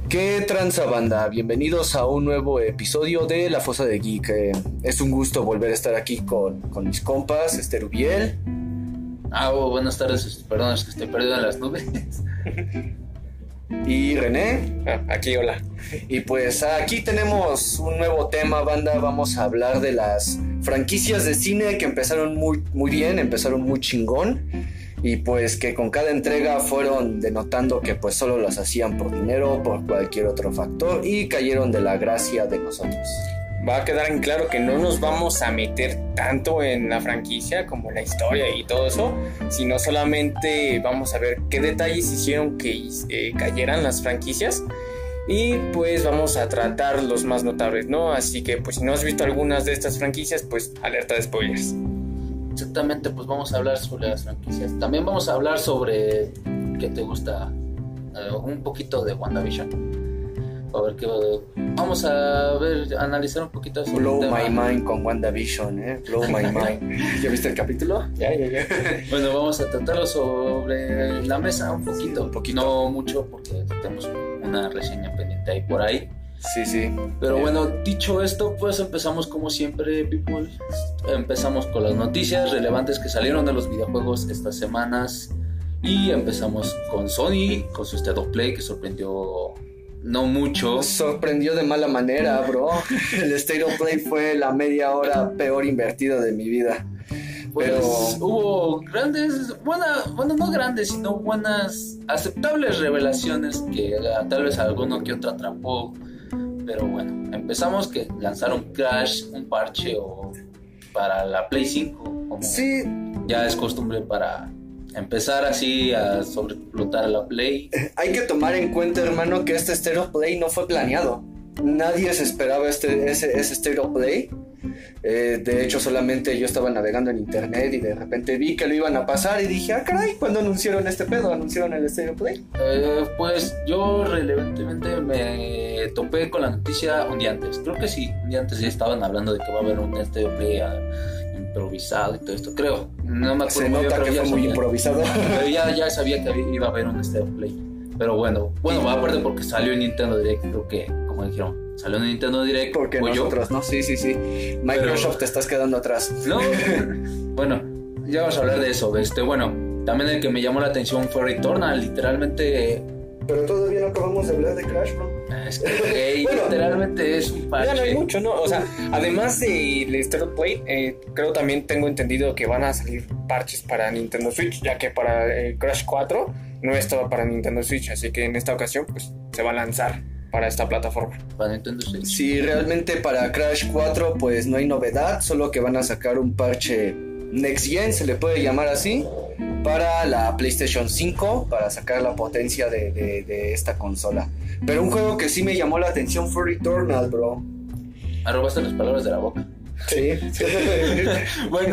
¿Qué tranza, banda? Bienvenidos a un nuevo episodio de La Fosa de Geek. Es un gusto volver a estar aquí con mis compas, Rubiel. Buenas tardes, perdón, es que estoy perdido en las nubes. Y René. Aquí, hola. Y pues aquí tenemos un nuevo tema, banda. Vamos a hablar de las franquicias de cine que empezaron muy bien, empezaron muy chingón. Y pues que con cada entrega fueron denotando que pues solo las hacían por dinero o por cualquier otro factor y cayeron de la gracia de nosotros. Va a quedar en claro que no nos vamos a meter tanto en la franquicia como la historia y todo eso, sino solamente vamos a ver qué detalles hicieron que cayeran las franquicias y pues vamos a tratar los más notables, ¿no? Así que pues si no has visto algunas de estas franquicias, pues alerta de spoilers. Exactamente, pues vamos a hablar sobre las franquicias. También vamos a hablar sobre qué te gusta, un poquito de WandaVision. A ver qué vamos a ver, analizar un poquito sobre Blow My Mind con WandaVision, Blow My Mind. ¿Ya viste el capítulo? Ya. Bueno, vamos a tratarlo sobre la mesa un poquito, no mucho porque tenemos una reseña pendiente ahí por ahí. Sí. Pero bueno, dicho esto, pues empezamos como siempre, people. Empezamos con las noticias relevantes que salieron de los videojuegos estas semanas. Y empezamos con Sony, con su State of Play, que sorprendió no mucho. Sorprendió de mala manera, bro. El State of Play fue la media hora peor invertida de mi vida. Pues pero hubo no grandes, sino buenas, aceptables revelaciones que tal vez alguno que otro atrapó. Pero bueno, empezamos que lanzaron Crash, un parche para la Play 5, como sí, ya es costumbre para empezar así a sobreexplotar la Play. Hay que tomar en cuenta, hermano, que este State of Play no fue planeado. Nadie se esperaba ese State of Play. De hecho, solamente yo estaba navegando en internet y de repente vi que lo iban a pasar y dije, caray, ¿cuándo anunciaron este pedo? ¿Anunciaron el State of Play? Pues yo relevantemente me topé con la noticia un día antes. Creo que sí, un día antes ya estaban hablando de que va a haber un State of Play improvisado y todo esto, creo. No me acuerdo. Se nota que fue muy improvisado. Pero ya sabía que iba a haber un State of Play. Pero bueno, aparte porque salió en Nintendo Direct, creo que, como dijeron, salió en Nintendo Direct. Porque nosotros, ¿no? Sí. Microsoft, te estás quedando atrás. No, bueno, ya vamos a hablar de eso. Bueno, también el que me llamó la atención fue Returnal, literalmente. Pero todavía no acabamos de hablar de Crash, bro. Es que bueno, literalmente es un parche. Ya no hay mucho, ¿no? O sea, además del State of Play, creo también tengo entendido que van a salir parches para Nintendo Switch, ya que para Crash 4 no estaba para Nintendo Switch, así que en esta ocasión pues se va a lanzar para esta plataforma. Para Nintendo Switch. Sí, realmente para Crash 4 pues no hay novedad, solo que van a sacar un parche Next Gen, se le puede llamar así, para la PlayStation 5, para sacar la potencia de esta consola. Pero un juego que sí me llamó la atención fue Returnal, bro. Robaste las palabras de la boca. Sí. Bueno,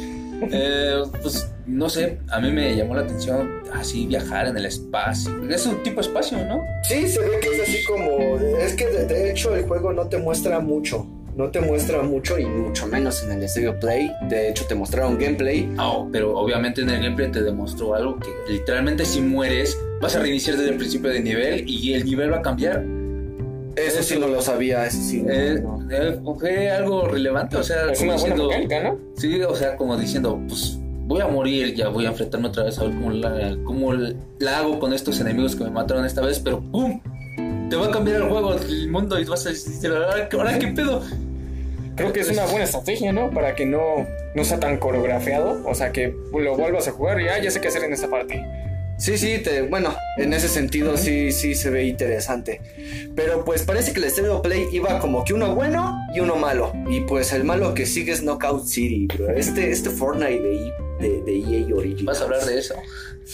pues no sé, a mí me llamó la atención así viajar en el espacio. Es un tipo de espacio, ¿no? Sí, se ve que es así como... Es que de hecho el juego no te muestra mucho. No te muestra mucho y mucho menos en el State of Play. De hecho te mostraron gameplay. Pero obviamente en el gameplay te demostró algo que literalmente si mueres vas a reiniciar desde el principio del nivel y el nivel va a cambiar. Eso sí no lo sabía, eso sí. Fue algo relevante, o sea, es una buena mecánica, ¿no? Sí, o sea, como diciendo, pues voy a morir, ya voy a enfrentarme otra vez a ver cómo la hago con estos enemigos que me mataron esta vez, pero ¡pum! Te va a cambiar el juego, el mundo y vas a decir, ¿ahora qué pedo? Creo que es una buena estrategia, ¿no? Para que no sea tan coreografiado, o sea, que lo vuelvas a jugar y ya sé qué hacer en esta parte. Sí, bueno, en ese sentido sí se ve interesante. Pero pues parece que el State of Play iba como que uno bueno y uno malo. Y pues el malo que sigue es Knockout City, bro. Este Fortnite de EA Origins. ¿Vas a hablar de eso?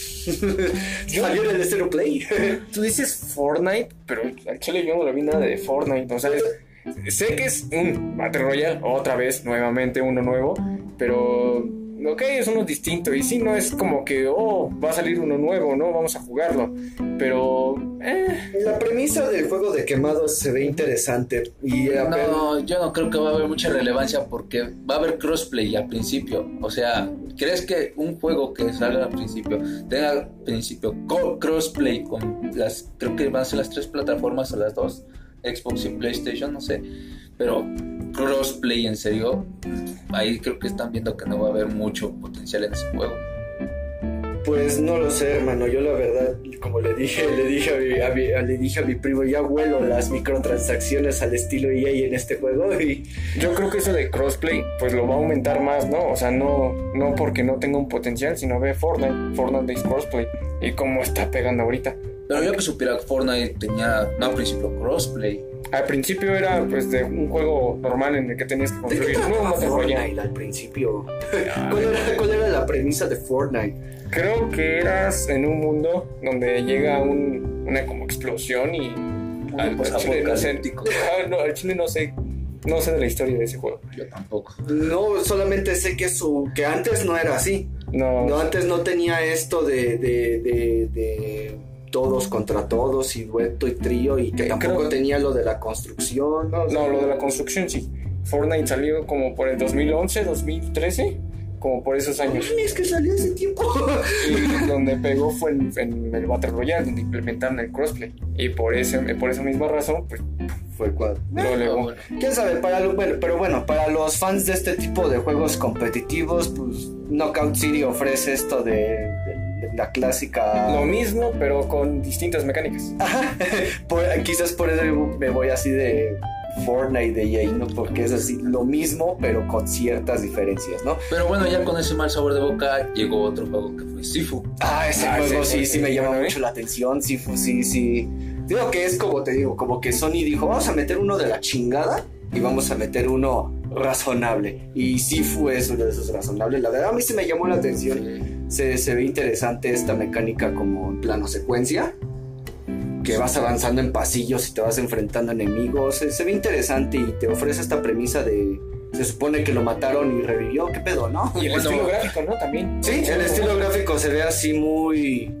¿Salió en el State of Play? Tú dices Fortnite, pero al chile yo no le vi nada de Fortnite. O sea, sé que es un Battle Royale, otra vez, nuevamente uno nuevo, pero... Ok, es uno distinto y sí, no es como que, va a salir uno nuevo, ¿no? Vamos a jugarlo. Pero La premisa del juego de quemados se ve interesante. Y no, yo no creo que va a haber mucha relevancia porque va a haber crossplay al principio. O sea, ¿crees que un juego que salga al principio tenga al principio crossplay con las, creo que van a ser las 3 plataformas o las 2, Xbox y PlayStation, no sé, pero crossplay en serio, ahí creo que están viendo que no va a haber mucho potencial en ese juego. Pues no lo sé, hermano. Yo la verdad, como le dije a mi primo, ya huelo las microtransacciones al estilo EA en este juego. Y yo creo que eso de crossplay pues lo va a aumentar más, ¿no? O sea, no porque no tenga un potencial, sino ve Fortnite es crossplay y cómo está pegando ahorita. Pero yo que supiera que Fortnite tenía, no al principio, crossplay. Al principio era pues de un juego normal en el que tenías que construir un nuevo Fortnite al principio. ¿Cuál era la premisa de Fortnite? Creo que eras en un mundo donde llega una como explosión y al chile no sé, al chile no sé de la historia de ese juego. Yo tampoco. No, solamente sé que antes no era así. No, antes no tenía esto de todos contra todos y dueto y trío, y que tampoco tenía lo de la construcción. No, lo de la construcción sí. Fortnite salió como por el 2011, 2013, como por esos años. Es que salió ese tiempo. Y donde pegó fue en el Battle Royale, donde implementaron el crossplay. Y por esa misma razón, pues fue cuando lo elevó. Quién sabe, pero bueno, para los fans de este tipo de juegos competitivos, pues Knockout City ofrece esto de la clásica. Lo mismo, pero con distintas mecánicas. Ajá. Quizás por eso me voy así de Fortnite de EA, ¿no? Porque es así lo mismo, pero con ciertas diferencias, ¿no? Pero bueno, ya con ese mal sabor de boca llegó otro juego que fue Sifu. Ese juego sí me llama mucho la atención. Sifu, sí. Digo que es como te digo, como que Sony dijo, vamos a meter uno de la chingada y vamos a meter uno razonable. Y Sifu es uno de esos razonables. La verdad, a mí sí me llamó la atención. Se ve interesante esta mecánica como en plano secuencia, que vas avanzando en pasillos y te vas enfrentando a enemigos. Se ve interesante y te ofrece esta premisa de... Se supone que lo mataron y revivió. ¿Qué pedo, no? Y el estilo gráfico, ¿no? También. Sí, el estilo gráfico se ve así muy...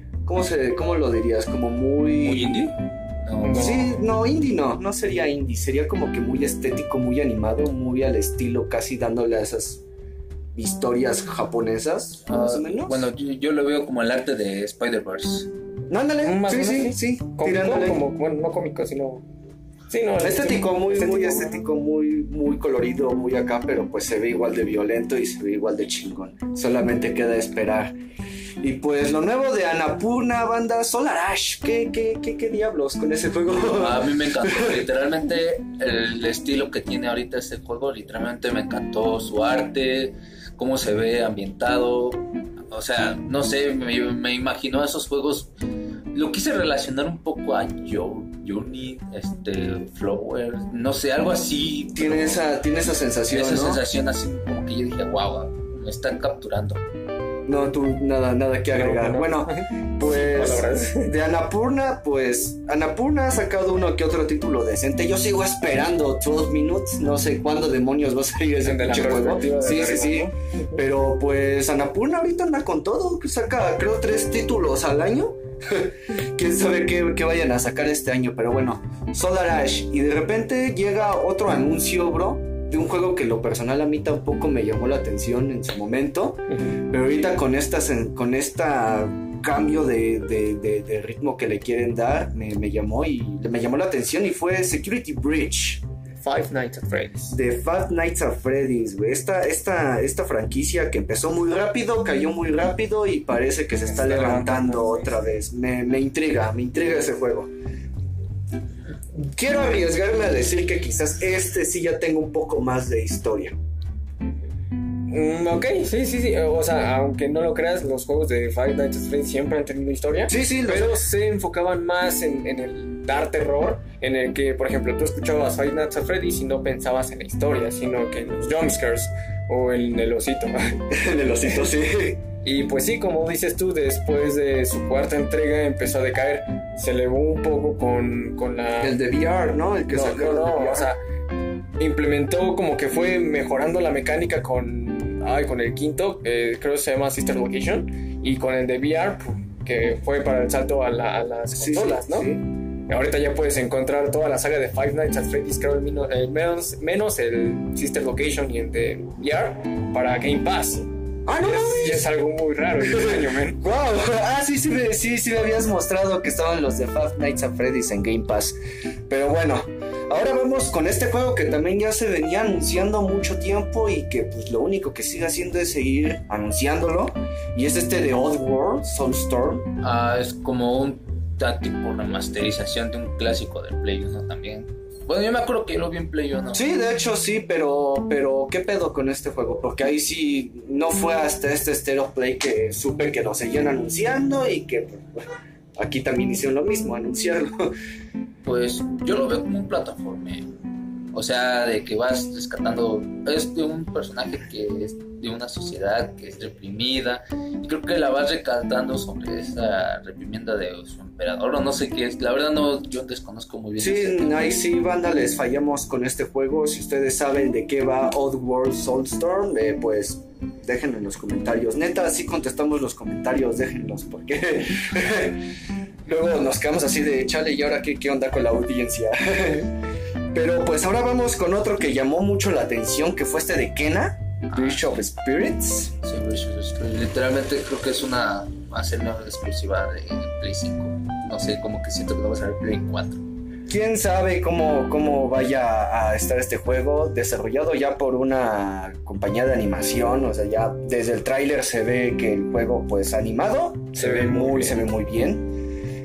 ¿Cómo lo dirías? Como muy... ¿Muy indie? No. Sí, no, indie no sería indie. Sería como que muy estético, muy animado, muy al estilo, casi dándole a esas historias japonesas, más o menos. Bueno, yo lo veo como el arte de Spider-Verse. No, ándale, sí. Tirándole. Bueno, no cómico, sino... Sí, no, estético, muy estético, muy colorido, muy acá, pero pues se ve igual de violento y se ve igual de chingón. Solamente queda esperar. Y pues lo nuevo de Annapurna, banda Solar Ash. ¿Qué diablos con ese juego? A mí me encantó, literalmente el estilo que tiene ahorita este juego, literalmente me encantó su arte, cómo se ve ambientado. O sea, no sé, me imagino esos juegos. Lo quise relacionar un poco a Journey, Flower, no sé, algo así. Tiene esa sensación, esa ¿no? sensación así como que yo dije, wow, me están capturando. No, tú nada que agregar. No. Bueno, pues de Annapurna, pues Annapurna ha sacado uno que otro título decente. Yo sigo esperando 12 Minutes, no sé cuándo demonios va a salir ese pinche juego. Sí. Pero pues Annapurna ahorita anda con todo, saca creo 3 títulos al año. Quién sabe qué vayan a sacar este año, pero bueno, Solar Ash. Y de repente llega otro anuncio, bro, de un juego que lo personal a mí tampoco me llamó la atención en su momento, pero ahorita con esta cambio de ritmo que le quieren dar, me llamó la atención, y fue Security Breach. Five Nights at Freddy's. De Five Nights at Freddy's, güey. Esta franquicia que empezó muy rápido, cayó muy rápido y parece que se está levantando otra vez. Me intriga ese juego. Quiero arriesgarme a decir que quizás sí ya tengo un poco más de historia. Ok, sí. O sea, aunque no lo creas, los juegos de Five Nights at Freddy's siempre han tenido historia. Sí, pero se enfocaban más en el dar terror, en el que, por ejemplo, tú escuchabas Five Nights at Freddy's y no pensabas en la historia, sino que en los jumpscares o en el osito. En el osito, sí. Y pues sí, como dices tú, después de su cuarta entrega empezó a decaer. Se elevó un poco con la... El de VR, ¿no? El que sacaron de VR. O sea, implementó como que fue mejorando la mecánica con el quinto, creo que se llama Sister Location, y con el de VR, que que fue para el salto a las consolas, ¿no? Sí. Ahorita ya puedes encontrar toda la saga de Five Nights at Freddy's, creo, menos el Sister Location y el de VR para Game Pass. Ah, no, y es algo muy raro y extraño, man. Wow, sí me habías mostrado que estaban los de Five Nights at Freddy's en Game Pass. Pero bueno, ahora vamos con este juego que también ya se venía anunciando mucho tiempo y que pues lo único que sigue haciendo es seguir anunciándolo. Y es este de Oddworld Soulstorm. Es como un tipo remasterización de un clásico del Play 1 también. Bueno, yo me acuerdo que lo vi en Play 1. Sí, de hecho sí, pero ¿qué pedo con este juego? Porque ahí sí no fue hasta este Stereo Play que supe que lo seguían anunciando y que pues, aquí también hicieron lo mismo, anunciarlo. Pues yo lo veo como un plataformero. O sea, de que vas rescatando. Es de un personaje que es de una sociedad que es reprimida. Y creo que la vas rescatando sobre esa reprimenda de su emperador. O no sé qué es. La verdad, no, yo desconozco muy bien. Sí, ahí sí, banda, les fallamos con este juego. Si ustedes saben de qué va Oddworld Soulstorm, pues déjenlo en los comentarios. Neta, sí contestamos los comentarios, déjenlos, porque luego nos quedamos así de chale, ¿y ahora qué onda con la audiencia? Pero pues ahora vamos con otro que llamó mucho la atención, que fue este de Kena, Bridge of Spirits. Sí, Bridge of Spirits. Literalmente creo que es una serie exclusiva de Play 5. No sé, como que siento que no va a ser Play 4. Quién sabe cómo vaya a estar este juego, desarrollado ya por una compañía de animación. O sea, ya desde el tráiler se ve que el juego pues animado se ve muy bien.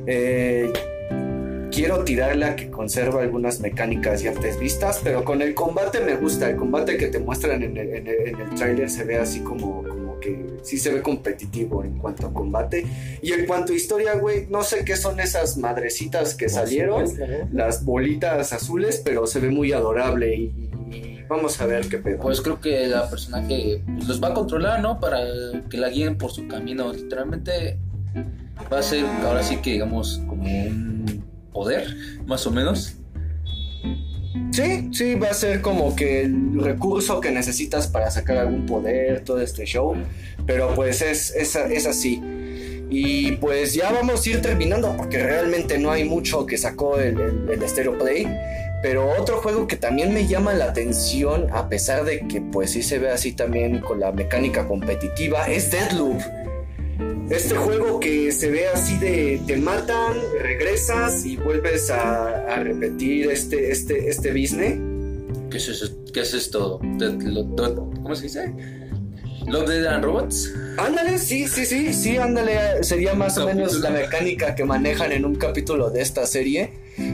Quiero tirarle a que conserva algunas mecánicas y artes vistas, pero con el combate me gusta. El combate que te muestran en el tráiler se ve así como que sí se ve competitivo en cuanto a combate. Y en cuanto a historia, güey, no sé qué son esas madrecitas que salieron, las bolitas azules, pero se ve muy adorable y vamos a ver qué pedo. Pues creo que la personaje pues, los va a controlar, ¿no? Para que la guíen por su camino. Literalmente va a ser ahora sí que digamos como un poder, más o menos. Sí, va a ser como que el recurso que necesitas para sacar algún poder, todo este show. Pero pues es así. Y pues ya vamos a ir terminando porque realmente no hay mucho que sacó el Stereo Play. Pero otro juego que también me llama la atención, a pesar de que pues sí se ve así también con la mecánica competitiva, es Deathloop. Este juego que se ve así de te matan, regresas y vuelves a repetir este business. ¿Qué es esto? ¿Cómo se dice? ¿Love, Death and Robots? Ándale, sí, ándale. Sería más o menos la mecánica que manejan en un capítulo de esta serie.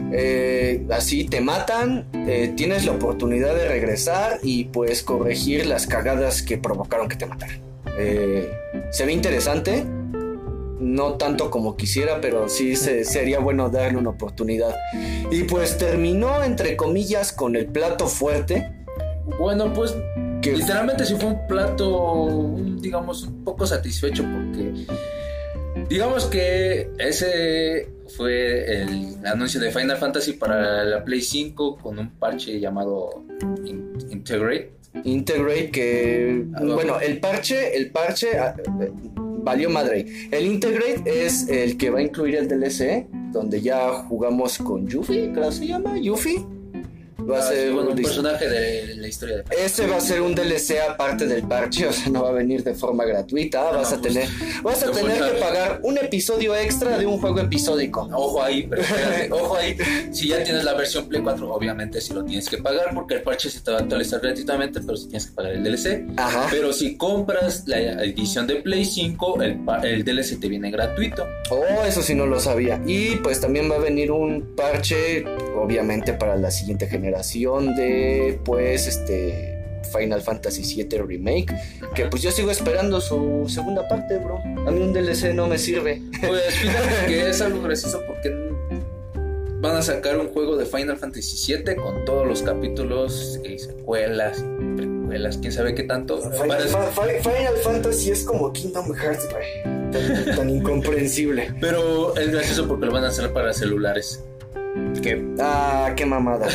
Así te matan, tienes la oportunidad de regresar y pues corregir las cagadas que provocaron que te mataran. Se ve interesante. No tanto como quisiera, pero sí sería bueno darle una oportunidad. Y pues terminó, entre comillas, con el plato fuerte. Bueno, pues literalmente sí fue un plato, digamos, un poco satisfecho porque digamos que ese fue el anuncio de Final Fantasy para la Play 5 con un parche llamado Integrate, que bueno, el parche valió madre. El Integrate es el que va a incluir el DLC, donde ya jugamos con Yuffie, creo que se llama Yuffie. Va a ser un personaje de la historia de Final. Este va a ser un DLC aparte del parche, o sea, no va a venir de forma gratuita. Vas a tener que pagar un episodio extra de un juego episódico. Ojo ahí, pero espérate, ojo ahí. Si ya tienes la versión Play 4, obviamente sí lo tienes que pagar porque el parche se te va a actualizar gratuitamente, pero sí tienes que pagar el DLC. Ajá. Pero si compras la edición de Play 5, el DLC te viene gratuito. Oh, eso sí no lo sabía. Y pues también va a venir un parche, obviamente para la siguiente generación de pues Final Fantasy VII Remake, que pues yo sigo esperando su segunda parte, bro. A mí un DLC no me sirve. Pues fíjate que es algo gracioso porque van a sacar un juego de Final Fantasy VII con todos los capítulos y secuelas, precuelas, quién sabe qué tanto. Final Fantasy es como Kingdom Hearts, güey. Tan incomprensible. Pero es gracioso porque lo van a hacer para celulares. Qué mamada.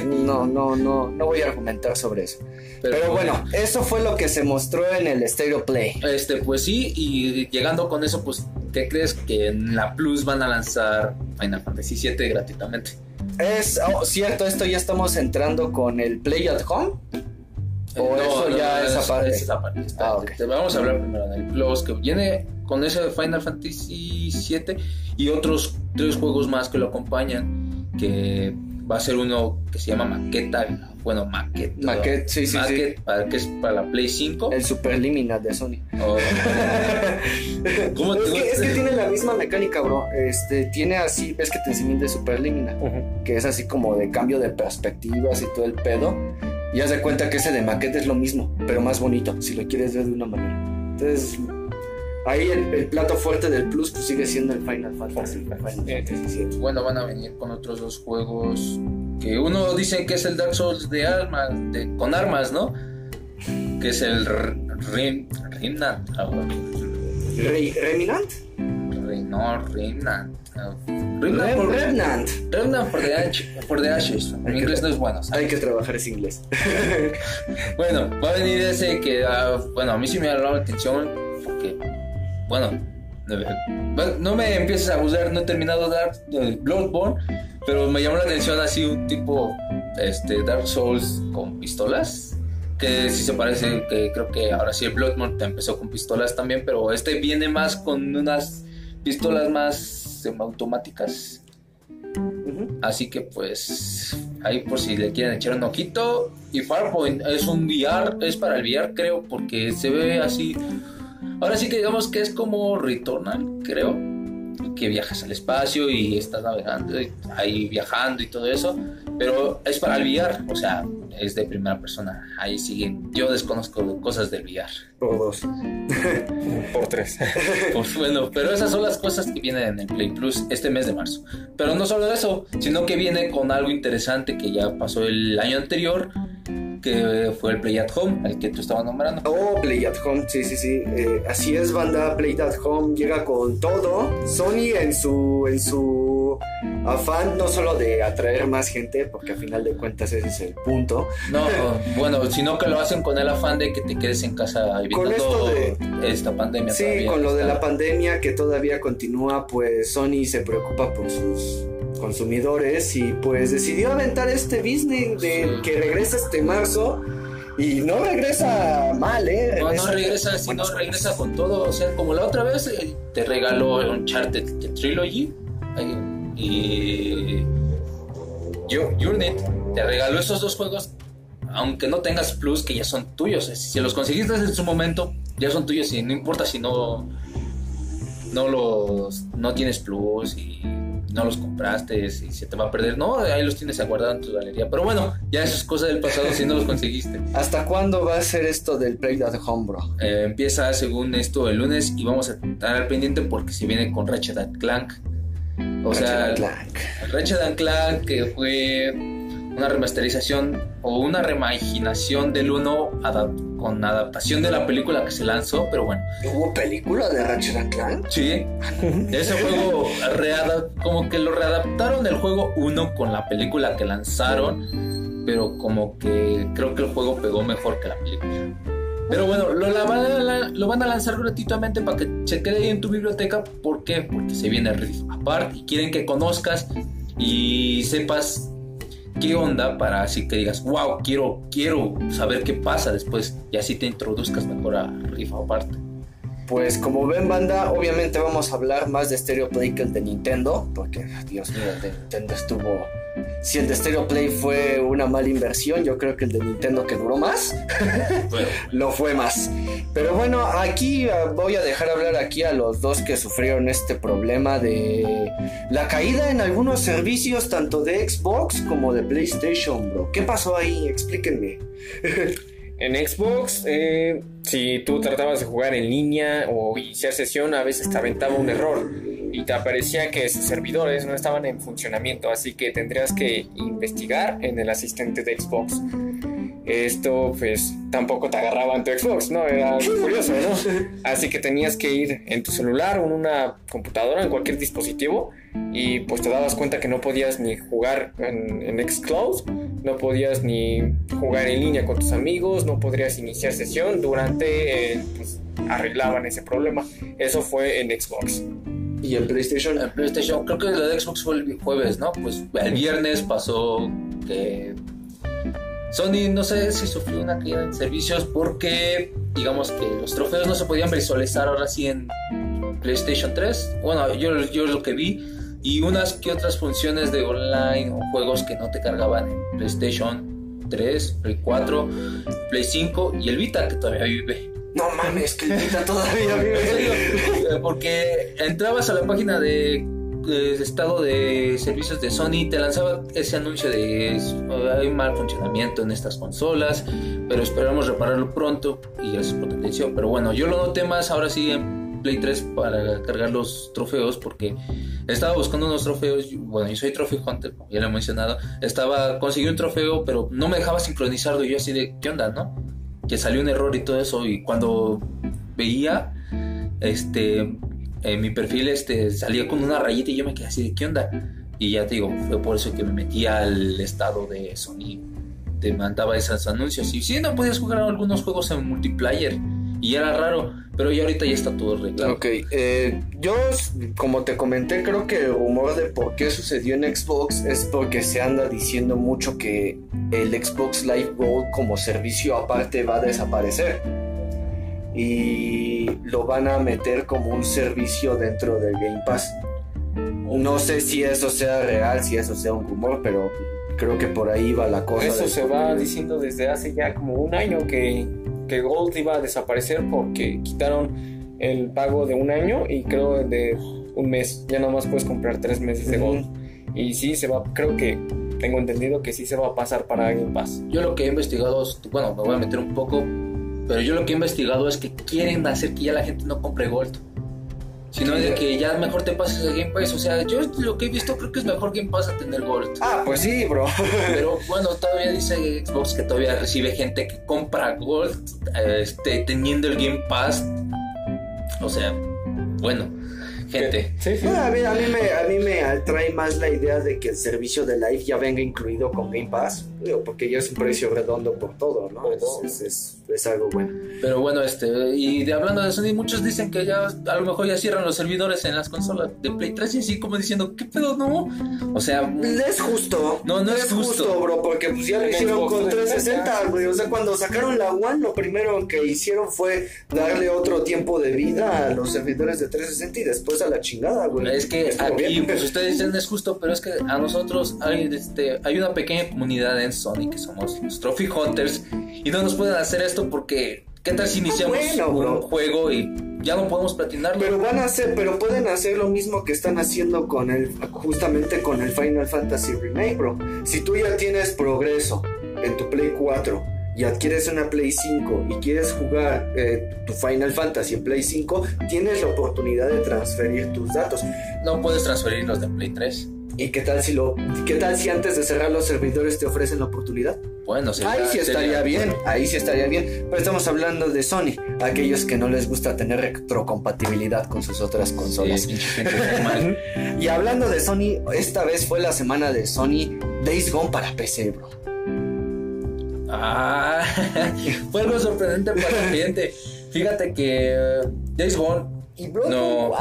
No voy a argumentar sobre eso. Pero bueno, eso fue lo que se mostró en el Stereo Play. Pues sí, y llegando con eso, pues ¿qué crees? Que en la Plus van a lanzar Final Fantasy VII gratuitamente. Es cierto, esto ya estamos entrando con el Play at Home. ¿O eso ya es aparte? Es esa parte. Ok. Vamos a hablar primero del Plus, que viene con ese Final Fantasy VII y otros 3 juegos más que lo acompañan, que va a ser uno que se llama Maqueta, bueno, Maquette, sí. que es para la Play 5. El Superliminal de Sony. Oh. ¿Cómo Es que tiene la misma mecánica, bro. Tiene así, ves que te enseñé de Superliminal, que es así como de cambio de perspectivas y todo el pedo. Y haz de cuenta que ese de Maquette es lo mismo, pero más bonito, si lo quieres ver de una manera. Entonces, ahí el plato fuerte del Plus pues sigue siendo el Final Fantasy VII. Bueno, van a venir con otros 2 juegos que uno dice que es el Dark Souls de armas, con armas, ¿no? Que es el Remnant. ¿Reminant? Remnant por The Ashes. En inglés no es bueno, ¿sabes? Hay que trabajar ese inglés. Bueno, va a venir ese que, bueno, a mí sí me ha llamado la atención porque, bueno, no me empieces a abusar, no he terminado Bloodborne, pero me llamó la atención así un tipo Dark Souls con pistolas, que sí se parece, que creo que ahora sí el Bloodborne empezó con pistolas también, pero viene más con unas pistolas más semiautomáticas. Así que pues ahí por si le quieren echar un ojito. Y Farpoint es un VR, es para el VR creo, porque se ve así. Ahora sí que digamos que es como Returnal, creo, que viajas al espacio y estás navegando ahí viajando y todo eso, pero es para el VR, o sea, es de primera persona. Ahí sí, yo desconozco cosas del VR. Por 2. Por 3. Pues bueno, pero esas son las cosas que vienen en el Play Plus este mes de marzo. Pero no solo eso, sino que viene con algo interesante que ya pasó el año anterior, que fue el Play at Home, el que tú estabas nombrando. Oh, Play at Home, sí. Así es, banda. Play at Home llega con todo. Sony en su afán no solo de atraer más gente, porque a final de cuentas ese es el punto. No, bueno, sino que lo hacen con el afán de que te quedes en casa evitando esta pandemia. Sí, todavía, con lo de la pandemia que todavía continúa, pues Sony se preocupa por sus consumidores y pues decidió aventar este business de que regresa este marzo y no regresa mal, No regresa, sino regresa con todo, o sea, como la otra vez te regaló Uncharted Trilogy y Journey, te regaló esos 2 juegos, aunque no tengas Plus, que ya son tuyos. Si los conseguiste en su momento, ya son tuyos y no importa si no tienes Plus y no los compraste y se te va a perder. No, ahí los tienes guardados en tu galería. Pero bueno, ya eso es cosa del pasado si no los conseguiste. ¿Hasta cuándo va a ser esto del Play at Home, bro? Empieza según esto el lunes y vamos a estar al pendiente porque se viene con Ratchet & Clank. Ratchet & Clank, que fue una remasterización o una reimaginación del 1 con adaptación de la película que se lanzó, pero bueno. ¿Hubo película de Ratchet & Clank? Sí, ese juego como que lo readaptaron del juego 1 con la película que lanzaron, pero como que creo que el juego pegó mejor que la película. Pero bueno, lo van a lanzar gratuitamente para que se quede ahí en tu biblioteca. ¿Por qué? Porque se viene Rift Apart y quieren que conozcas y sepas qué onda, para así que digas, wow, quiero saber qué pasa después, y así te introduzcas mejor a Rift Apart. Pues como ven, banda, obviamente vamos a hablar más de Stereo Play que el de Nintendo, porque Dios mío, el de Nintendo estuvo... Si el de Stereo Play fue una mala inversión, yo creo que el de Nintendo, que duró más, lo fue más. Pero bueno, aquí voy a dejar hablar aquí a los 2 que sufrieron este problema de la caída en algunos servicios, tanto de Xbox como de PlayStation, bro. ¿Qué pasó ahí? Explíquenme. En Xbox, si tú tratabas de jugar en línea o iniciar sesión, a veces te aventaba un error y te aparecía que sus servidores no estaban en funcionamiento, así que tendrías que investigar en el asistente de Xbox. Esto pues tampoco te agarraba en tu Xbox, ¿no? Era curioso, ¿no? Así que tenías que ir en tu celular o en una computadora, en cualquier dispositivo, y pues te dabas cuenta que no podías ni jugar en xCloud, no podías ni jugar en línea con tus amigos, no podrías iniciar sesión durante pues arreglaban ese problema. Eso fue en Xbox. ¿Y en PlayStation? En PlayStation, creo que lo de Xbox fue el jueves, ¿no? Pues el viernes pasó que Sony, no sé si sufrió una caída en servicios porque, digamos que los trofeos no se podían visualizar ahora sí en PlayStation 3. Bueno, yo lo que vi, y unas que otras funciones de online o juegos que no te cargaban en PlayStation 3, Play 4, Play 5 y el Vita, que todavía vive. No mames, que el Vita todavía vive. Porque entrabas a la página de estado de servicios de Sony, te lanzaba ese anuncio de hay mal funcionamiento en estas consolas, pero esperamos repararlo pronto y gracias por tu atención. Pero bueno, yo lo noté más ahora sí en Play 3 para cargar los trofeos, porque estaba buscando unos trofeos. Bueno, yo soy Trophy Hunter, como ya lo he mencionado. Conseguí un trofeo, pero no me dejaba sincronizarlo, y yo así de, ¿qué onda, no? Que salió un error y todo eso, y cuando veía mi perfil salía con una rayita y yo me quedé así de, ¿qué onda? Y ya te digo, fue por eso que me metí al estado de Sony, te mandaba esos anuncios, y sí, no podías jugar algunos juegos en multiplayer y era raro, pero ya ahorita ya está todo arreglado. Ok, yo, como te comenté, creo que el rumor de por qué sucedió en Xbox es porque se anda diciendo mucho que el Xbox Live Gold como servicio aparte va a desaparecer y lo van a meter como un servicio dentro del Game Pass. No sé si eso sea real, si eso sea un rumor, pero creo que por ahí va la cosa. Eso se va diciendo desde hace ya como un año que Gold iba a desaparecer porque quitaron el pago de un año y creo de un mes. Ya nada más puedes comprar 3 meses de Gold. Y sí se va, creo que tengo entendido que sí se va a pasar para Game Pass. Yo lo que he investigado, bueno, me voy a meter un poco, pero yo lo que he investigado es que quieren hacer que ya la gente no compre Gold, sino de que ya mejor te pases a Game Pass. O sea, yo lo que he visto creo que es mejor Game Pass a tener Gold. Ah, pues sí, bro. Pero bueno, todavía dice Xbox que todavía recibe gente que compra Gold teniendo el Game Pass. O sea, bueno, gente. Sí. Bueno, a mí me atrae más la idea de que el servicio de Live ya venga incluido con Game Pass, porque ya es un precio redondo por todo, ¿no? Es algo bueno. Pero bueno, y hablando de Sony, muchos dicen que ya a lo mejor ya cierran los servidores en las consolas de Play 3 y así como diciendo, ¿qué pedo, no? O sea, es justo. No es justo, bro, porque pues ya lo hicieron con 360, güey. O sea, cuando sacaron la One, lo primero que hicieron fue darle otro tiempo de vida a los servidores de 360 y después a la chingada, güey. Es que aquí, pues ustedes dicen es justo, pero es que a nosotros hay una pequeña comunidad en Sony que somos los Trophy Hunters y no nos pueden hacer esto porque ¿qué tal si iniciamos un juego y ya no podemos platinarlo? Pero pueden hacer lo mismo que están haciendo justamente con el Final Fantasy Remake, bro. Si tú ya tienes progreso en tu Play 4 y adquieres una Play 5 y quieres jugar tu Final Fantasy en Play 5, tienes la oportunidad de transferir tus datos. No puedes transferirlos de Play 3. ¿Y qué tal si antes de cerrar los servidores te ofrecen la oportunidad? Bueno, ahí sí estaría bien. Pero estamos hablando de Sony, aquellos que no les gusta tener retrocompatibilidad con sus otras consolas. Sí, y hablando de Sony, esta vez fue la semana de Sony Days Gone para PC, bro. Fue algo sorprendente para el cliente. Fíjate que Days Gone y bro, no.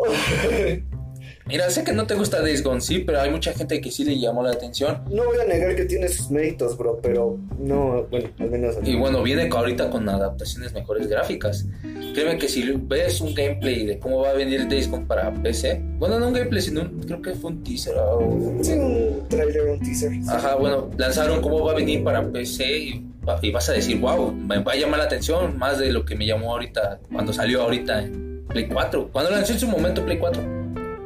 Mira, sé que no te gusta Days Gone, sí, pero hay mucha gente que sí le llamó la atención. No voy a negar que tiene sus méritos, bro, pero no, bueno, al menos. Y bueno, viene ahorita con adaptaciones mejores gráficas. Créeme que si ves un gameplay de cómo va a venir Days Gone para PC, bueno, no un gameplay, sino creo que fue un teaser. Sí, un trailer, un teaser. Sí. Ajá, bueno, lanzaron cómo va a venir para PC y vas a decir, wow, me va a llamar la atención más de lo que me llamó ahorita, cuando salió ahorita en Play 4. Cuando lanzó en su momento Play 4.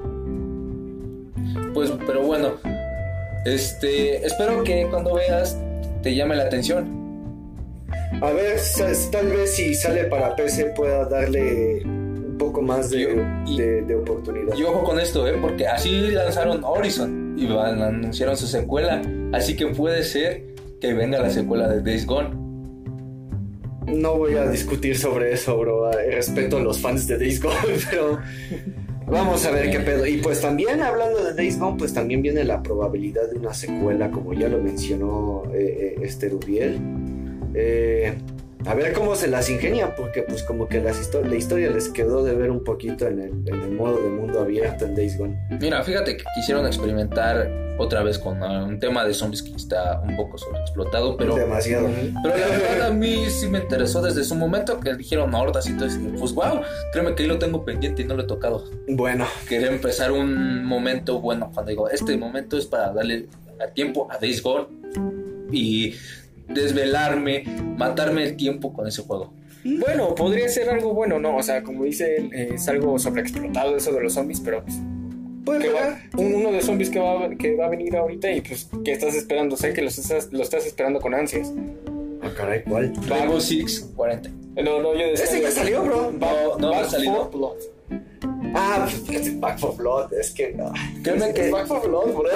Pues, pero bueno, espero que cuando veas te llame la atención. A ver, tal vez si sale para PC pueda darle un poco más de oportunidad. Y ojo con esto, porque así lanzaron Horizon y anunciaron su secuela, así que puede ser que venga la secuela de Days Gone. No voy a discutir sobre eso, bro. Respeto a los fans de Days Gone, pero vamos a ver qué pedo. Y pues también hablando de Days Gone, pues también viene la probabilidad de una secuela, como ya lo mencionó Rubiel. A ver cómo se las ingenia, porque pues como que la historia les quedó de ver un poquito en el modo de mundo abierto en Days Gone. Mira, fíjate que quisieron experimentar otra vez con un tema de zombies que está un poco sobreexplotado, pero demasiado. Pero la verdad a mí sí me interesó desde su momento que dijeron hordas y todo eso. Pues wow, créeme que ahí lo tengo pendiente y no lo he tocado. Bueno. Quería empezar un momento bueno, cuando digo, este momento es para darle a tiempo a Days Gone y desvelarme, matarme el tiempo con ese juego. Bueno, podría ser algo bueno, ¿no? O sea, como dice él, es algo sobreexplotado eso de los zombies, pero pues, uno de zombies que va a venir ahorita y pues que estás esperando, sé que lo estás esperando con ansias. Ah, caray, ¿cuál? Rainbow Six 40. No, yo decía. Ese ya salió, bro. No ha salido. Ah, Back 4 Blood, es que... Créeme que Back 4 Blood, bro.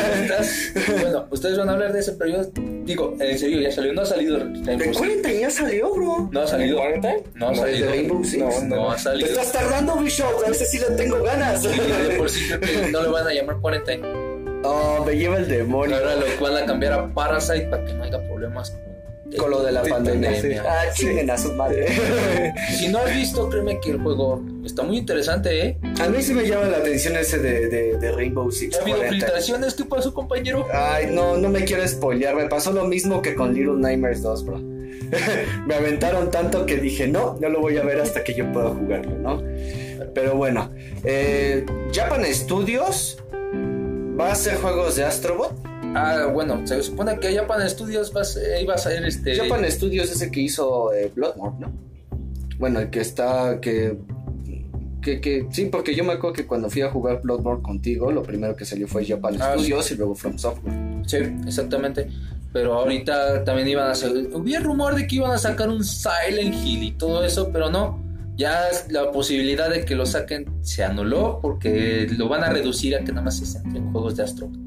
Bueno, ustedes van a hablar de ese, pero yo digo, en serio, ya salió, no ha salido ¿De 40 ya salió, bro? No ha salido. ¿40? No ha salido. Rainbow Six. No ha salido. Te estás tardando, Bishop, a ese sí le tengo ganas. Y de por sí creo que no le van a llamar 40. Oh, me lleva el demonio. Ahora lo van a cambiar a Parasite para que no haya problemas con lo de la pandemia. Sí. Ah, chinguen a su madre. Si no has visto, créeme que el juego está muy interesante, ¿eh? A mí sí me llama la atención ese de Rainbow Six. ¿Ha habido filtraciones? ¿Qué pasó, compañero? Ay, no me quiero spoilear. Me pasó lo mismo que con Little Nightmares 2, bro. Me aventaron tanto que dije, no lo voy a ver hasta que yo pueda jugarlo, ¿no? Pero bueno, Japan Studios va a hacer juegos de Astrobot. Ah, bueno, se supone que Japan Studios iba a ser Japan Studios es el que hizo Bloodborne, ¿no? Bueno, el que está... que sí, porque yo me acuerdo que cuando fui a jugar Bloodborne contigo, lo primero que salió fue Japan Studios, sí. Y luego From Software. Sí, exactamente. Pero ahorita también iban a hacer... Había rumor de que iban a sacar un Silent Hill y todo eso, pero no. Ya la posibilidad de que lo saquen se anuló porque lo van a reducir a que nada más se centren en juegos de Astrobot.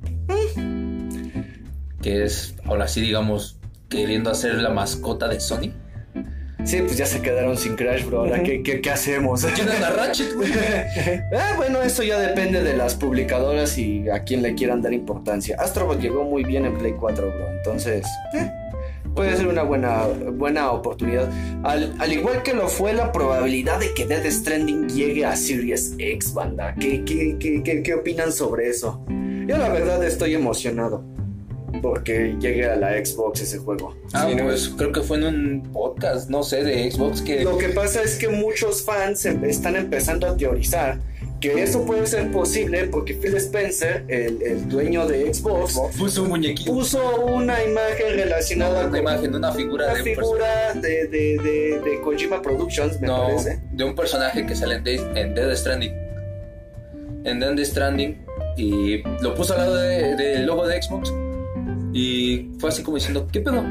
Que es, ahora sí, digamos, queriendo hacer la mascota de Sony. Sí, pues ya se quedaron sin Crash, bro. Ahora, ¿qué hacemos? ¿Tienes la Ratchet, güey? Bueno, eso ya depende de las publicadoras y a quién le quieran dar importancia. Astrobot llegó muy bien en Play 4, bro. Entonces, puede ser una buena oportunidad. Al igual que lo fue la probabilidad de que Death Stranding llegue a Series X, banda. ¿Qué opinan sobre eso? Yo la verdad estoy emocionado porque llegue a la Xbox ese juego. Sí, pues creo que fue en un podcast, no sé, de Xbox que... Lo que pasa es que muchos fans están empezando a teorizar que eso puede ser posible porque Phil Spencer, el dueño de Xbox, puso un muñequito. Puso una imagen relacionada una figura de Kojima Productions, me parece. De un personaje que sale en Death Stranding. En Death Stranding. Y lo puso al lado del logo de Xbox. Y fue así como diciendo, ¿qué pedo?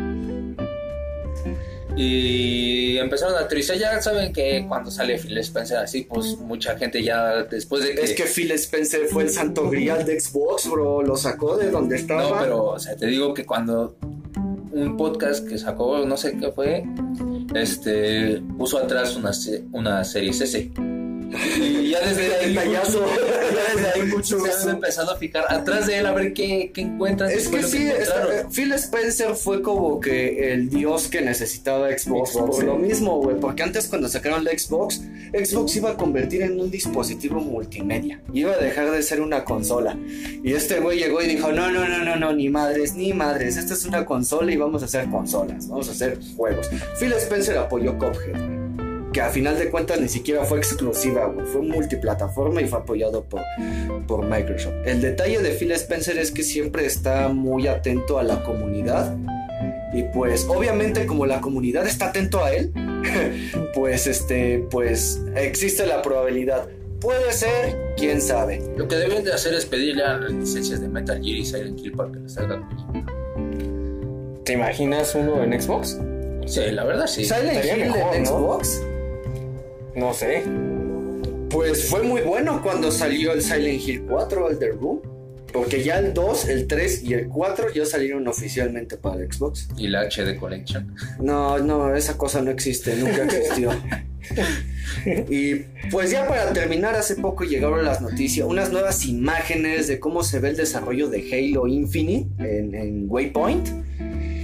Y empezaron a teorizar. Ya saben que cuando sale Phil Spencer así, pues mucha gente ya después de que... Es que Phil Spencer fue el santo grial de Xbox, bro. Lo sacó de donde estaba. No, pero, o sea, te digo que cuando un podcast que sacó, no sé qué fue, puso atrás una Series S. Y ya desde ahí muchos se han empezado a fijar atrás de él a ver qué encuentran. Es que sí, Phil Spencer fue como que el dios que necesitaba Xbox por lo mismo, güey. Porque antes cuando sacaron la Xbox iba a convertir en un dispositivo multimedia. Iba a dejar de ser una consola. Y este güey llegó y dijo, no, ni madres, esta es una consola y vamos a hacer consolas, vamos a hacer juegos. Phil Spencer apoyó Cuphead, que a final de cuentas ni siquiera fue exclusiva, güey. Fue multiplataforma y fue apoyado por Microsoft. El detalle de Phil Spencer es que siempre está muy atento a la comunidad. Y pues, obviamente, como la comunidad está atento a él, pues existe la probabilidad. Puede ser, quién sabe. Lo que deben de hacer es pedirle a las licencias de Metal Gear y Silent Hill para que les salgan. ¿Te imaginas uno en Xbox? Sí, la verdad sí. ¿Silent Hill mejor, en Xbox? No sé. Pues fue muy bueno cuando salió el Silent Hill 4, el The Room. Porque ya el 2, el 3 y el 4 ya salieron oficialmente para el Xbox. ¿Y la HD Collection? No, esa cosa no existe, nunca existió. Y pues ya para terminar, hace poco llegaron las noticias, unas nuevas imágenes de cómo se ve el desarrollo de Halo Infinite en Waypoint.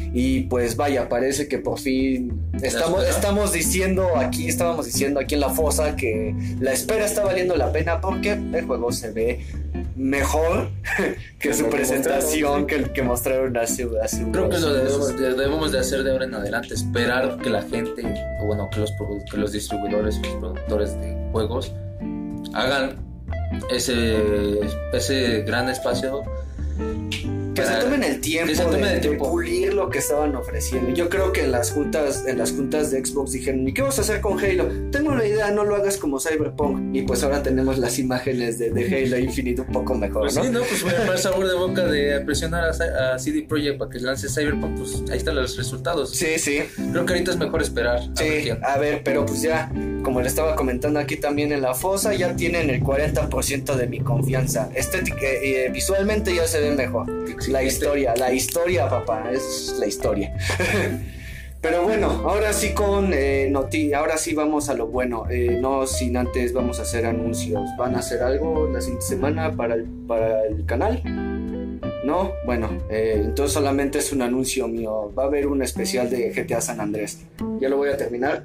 Y pues vaya, parece que por fin estábamos diciendo aquí en la fosa que la espera está valiendo la pena porque el juego se ve mejor que su presentación que mostraron hace creo que lo debemos de hacer de ahora en adelante, esperar que la gente, o bueno, que los distribuidores y los productores de juegos hagan ese gran espacio, que se tomen el tiempo de pulir lo que estaban ofreciendo. Yo creo que en las juntas de Xbox dijeron, ¿y qué vamos a hacer con Halo? Tengo una idea, no lo hagas como Cyberpunk. Y pues ahora tenemos las imágenes de Halo Infinite un poco mejor, pues ¿no? Sí, ¿no? Pues fue el mal sabor de boca de presionar a CD Projekt para que lance Cyberpunk, pues ahí están los resultados. Sí. Creo que ahorita es mejor esperar. A ver, pero pues ya, como le estaba comentando aquí también en la fosa, ya tienen el 40% de mi confianza. Visualmente ya se ven mejor. La historia, papá, es la historia. Pero bueno, ahora sí ahora sí vamos a lo bueno. No sin antes vamos a hacer anuncios. ¿Van a hacer algo la siguiente semana para el canal? ¿No? Bueno, entonces solamente es un anuncio mío. Va a haber un especial de GTA San Andrés. Ya lo voy a terminar.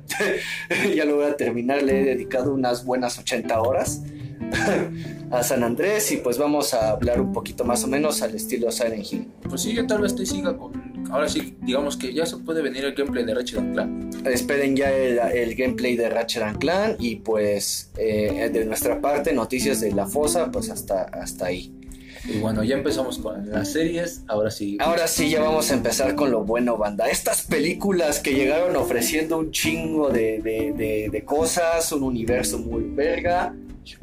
Le he dedicado unas buenas 80 horas a San Andrés y pues vamos a hablar un poquito más o menos al estilo Silent Hill. Pues sí, yo tal vez te siga con... Ahora sí, digamos que ya se puede venir el gameplay de Ratchet & Clank. Esperen ya el gameplay de Ratchet & Clank y pues de nuestra parte, noticias de la fosa, pues hasta ahí. Y bueno, ya empezamos con las series, ahora sí ya vamos a empezar con lo bueno, banda. Estas películas que llegaron ofreciendo un chingo de cosas, un universo muy verga.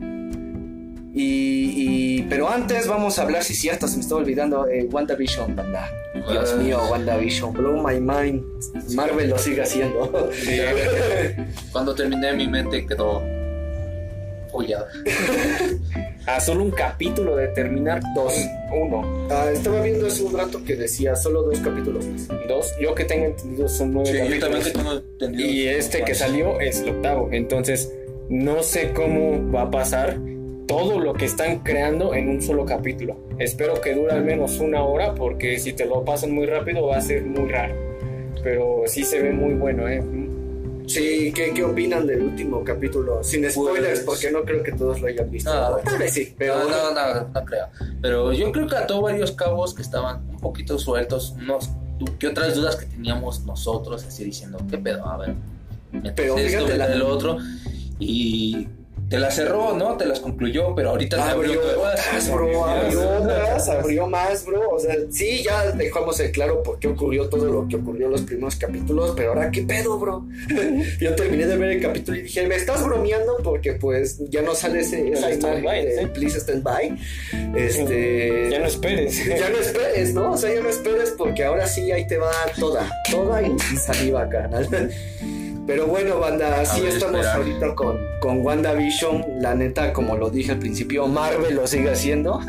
Pero antes vamos a hablar, si es cierto, se me estaba olvidando, WandaVision, banda. Dios mío, WandaVision, blow my mind. Marvel lo sigue haciendo. Sí, cuando terminé mi mente quedó follada. Solo un capítulo de terminar 1. Estaba viendo hace un rato que decía solo 2 capítulos más. 2, yo que tengo entendido son 9 capítulos. Yo también que tengo entendido. Y que salió es el 8º. Entonces, no sé cómo va a pasar todo lo que están creando en un solo capítulo. Espero que dure al menos 1 hora, porque si te lo pasan muy rápido va a ser muy raro. Pero sí se ve muy bueno, Sí, ¿qué opinan del último capítulo? Sin spoilers, porque no creo que todos lo hayan visto. Tal vez sí, pero... No creo. Pero yo creo que ató varios cabos que estaban un poquito sueltos, que otras dudas que teníamos nosotros, así diciendo, ¿qué pedo? A ver, pero fíjate el otro, y te las cerró, ¿no? Te las concluyó, pero ahorita abrió más, bro. O sea, sí, ya dejamos claro por qué ocurrió todo lo que ocurrió en los primeros capítulos, pero ahora, ¿qué pedo, bro? Yo terminé de ver el capítulo y dije, ¿me estás bromeando? Porque pues ya no sale esa imagen de Please Stand By. Ya no esperes. Ya no esperes, ¿no? O sea, ya no esperes porque ahora sí ahí te va toda y saliva, carnal. Pero bueno, banda, así estamos ahorita con WandaVision. La neta, como lo dije al principio, Marvel lo sigue haciendo.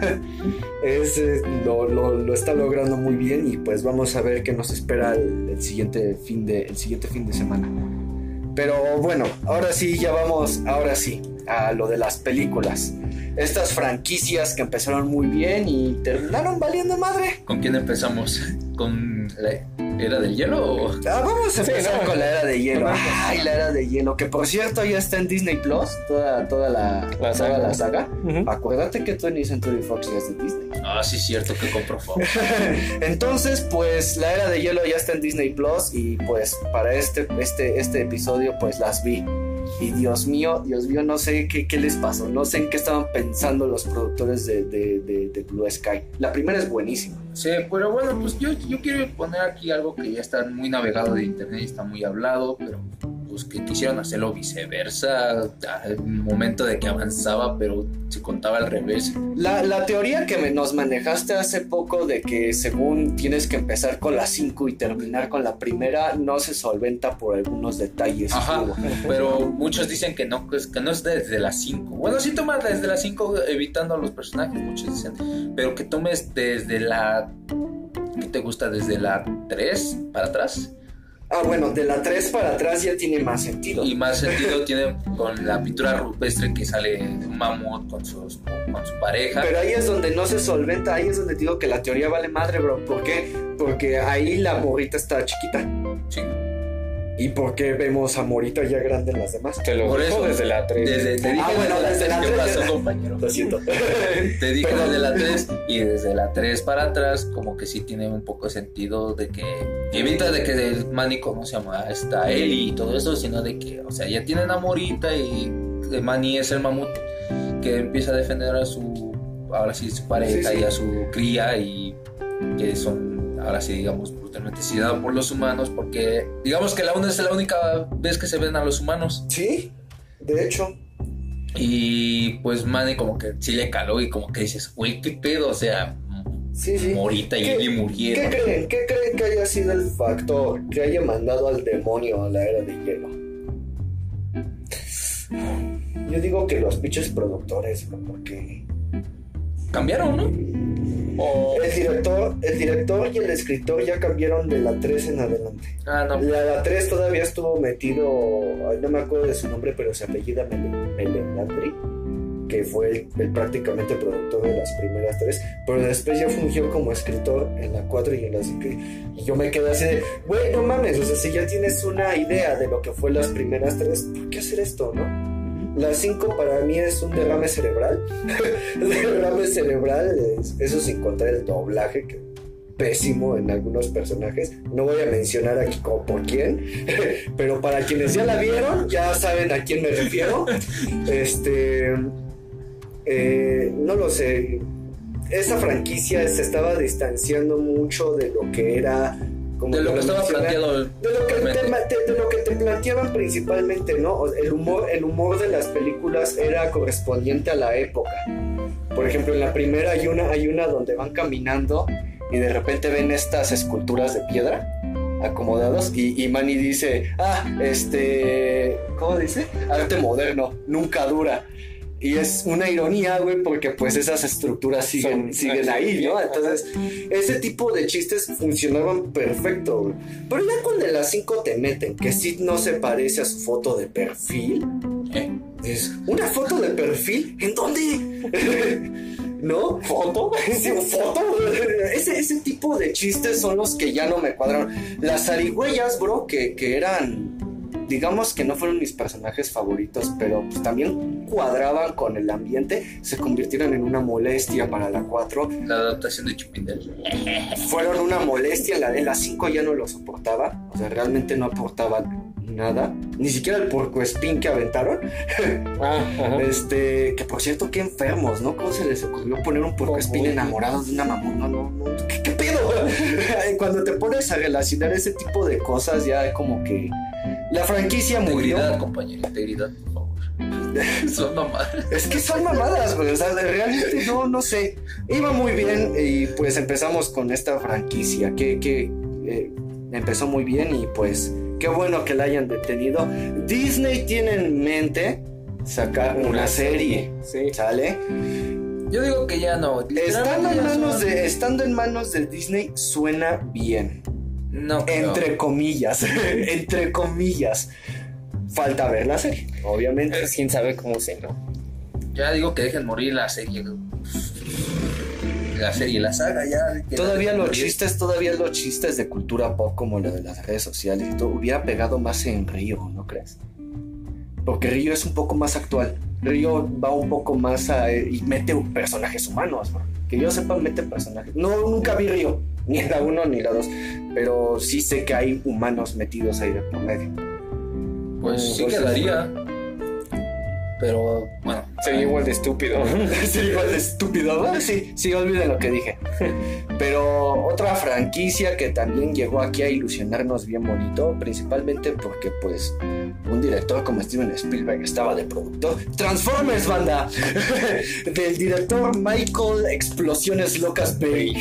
Lo está logrando muy bien. Y pues vamos a ver qué nos espera el siguiente fin de semana. Pero bueno, ahora sí a lo de las películas. Estas franquicias que empezaron muy bien y terminaron valiendo madre. ¿Con quién empezamos? ¿Con la Era del Hielo? ¿O? Vamos a empezar con la Era de Hielo. Ay, la Era de Hielo, que por cierto ya está en Disney Plus, toda la saga. Uh-huh. Acuérdate que 20th Century Fox ya es de Disney. Sí, es cierto que compró Fox. Entonces, pues la Era de Hielo ya está en Disney Plus y pues para este episodio pues las vi. Y Dios mío, no sé qué les pasó, no sé en qué estaban pensando los productores de Blue Sky. La primera es buenísima. Sí, pero bueno, pues yo quiero poner aquí algo que ya está muy navegado de internet y está muy hablado, pero pues que quisieron hacerlo viceversa, al momento de que avanzaba, pero se contaba al revés. La teoría que nos manejaste hace poco de que según tienes que empezar con la 5 y terminar con la primera, no se solventa por algunos detalles. Ajá, pero muchos dicen que no es desde la 5. Bueno, sí tomas desde la 5 evitando a los personajes, muchos dicen, pero que tomes desde la... ¿Qué te gusta? ¿Desde la 3 para atrás? Ah, bueno, de la 3 para atrás ya tiene más sentido. Y más sentido tiene con la pintura rupestre que sale un mamut con su pareja. Pero ahí es donde no se solventa, ahí es donde digo que la teoría vale madre, bro. ¿Por qué? Porque ahí la morrita está chiquita. Sí. ¿Y por qué vemos a Morita ya grande en las demás? Te lo Por dijo eso, desde la 3. Te dije desde la ¿Qué 3. pasó, compañero? Lo siento. Te dije Perdón. desde la 3 y desde la 3 para atrás como que sí tiene un poco de sentido de que evita de que el Manny conoce a esta Ellie y todo eso, sino de que, o sea, ya tienen a Morita y Manny es el mamut que empieza a defender a su, ahora sí, su pareja y a su cría y que son, ahora sí, digamos, brutalmente asesinados por los humanos porque digamos que la una es la única vez que se ven a los humanos. Sí, de hecho. Y pues Manny como que sí le caló y como que dices, güey, qué pedo, o sea, Sí. Morita y Ellie murieron. ¿Qué creen que haya sido el factor que haya mandado al demonio a la era de hielo? Yo digo que los pinches productores, bro, porque Cambiaron, ¿no? el director y el escritor ya cambiaron de la 3 en adelante. Ah, no. La 3 todavía estuvo metido, ay, no me acuerdo de su nombre, pero se apellida Melenandri, que fue el prácticamente productor de las primeras 3, pero después ya fungió como escritor en la 4 y en la 5. Y yo me quedé así de, güey, no mames, o sea, si ya tienes una idea de lo que fue las primeras 3, ¿por qué hacer esto, no? La 5 para mí es un derrame cerebral. Derrame cerebral, eso sin contar el doblaje, que pésimo en algunos personajes. No voy a mencionar aquí como por quién, pero para quienes ya la vieron, ya saben a quién me refiero. No lo sé. Esa franquicia se estaba distanciando mucho de lo que era, como De lo que estaba mencioné, planteado. de lo que te planteaban principalmente, ¿no? El humor de las películas era correspondiente a la época. Por ejemplo, en la primera hay una donde van caminando y de repente ven estas esculturas de piedra acomodados y Manny dice, ¿cómo dice? Arte moderno, nunca dura. Y es una ironía, güey, porque pues esas estructuras siguen ahí, ¿no? Entonces, ese tipo de chistes funcionaban perfecto, güey. Pero ya cuando en las 5 te meten que Sid no se parece a su foto de perfil, es una foto de perfil, ¿en dónde? ¿No? ¿Foto? Sí, ¿foto? Ese tipo de chistes son los que ya no me cuadraron. Las zarigüeyas, bro, que eran, digamos que no fueron mis personajes favoritos, pero pues también cuadraban con el ambiente, se convirtieron en una molestia para la 4. La adaptación de Chupindel. Fueron una molestia, en la 5 ya no lo soportaba, o sea, realmente no aportaban nada, ni siquiera el puercoespín que aventaron. Que por cierto, qué enfermos, ¿no? ¿Cómo se les ocurrió poner un puercoespín enamorado de una mamón? No, ¿qué pedo? Cuando te pones a relacionar ese tipo de cosas, ya como que la franquicia murió. Integridad, compañero, integridad, por favor. Son mamadas. Es que son mamadas, güey. O sea, realmente no sé. Iba muy bien y pues empezamos con esta franquicia que empezó muy bien y pues qué bueno que la hayan detenido. Disney tiene en mente sacar una serie, sí. ¿Sale? Yo digo que ya no. Estando en manos de Disney suena bien. No. Entre comillas. Entre comillas. Falta ver la serie, obviamente. Quién sabe cómo se, ¿no? Ya digo que dejen morir la serie. La saga ya. Todavía los chistes de cultura pop como lo de las redes sociales y todo hubiera pegado más en Río, ¿no crees? Porque Río es un poco más actual. Río va un poco más y mete personajes humanos, bro. Que yo sepa, mete personajes. No, nunca vi Río, ni la 1 ni la 2, pero sí sé que hay humanos metidos ahí de por medio. Pues sí quedaría. Pero bueno, sería igual de estúpido. Sería igual de estúpido. Bueno, sí, olviden lo que dije. Pero otra franquicia que también llegó aquí a ilusionarnos bien bonito, principalmente porque pues un director como Steven Spielberg estaba de productor. Transformers, banda. Del director Michael Explosiones Locas Bay.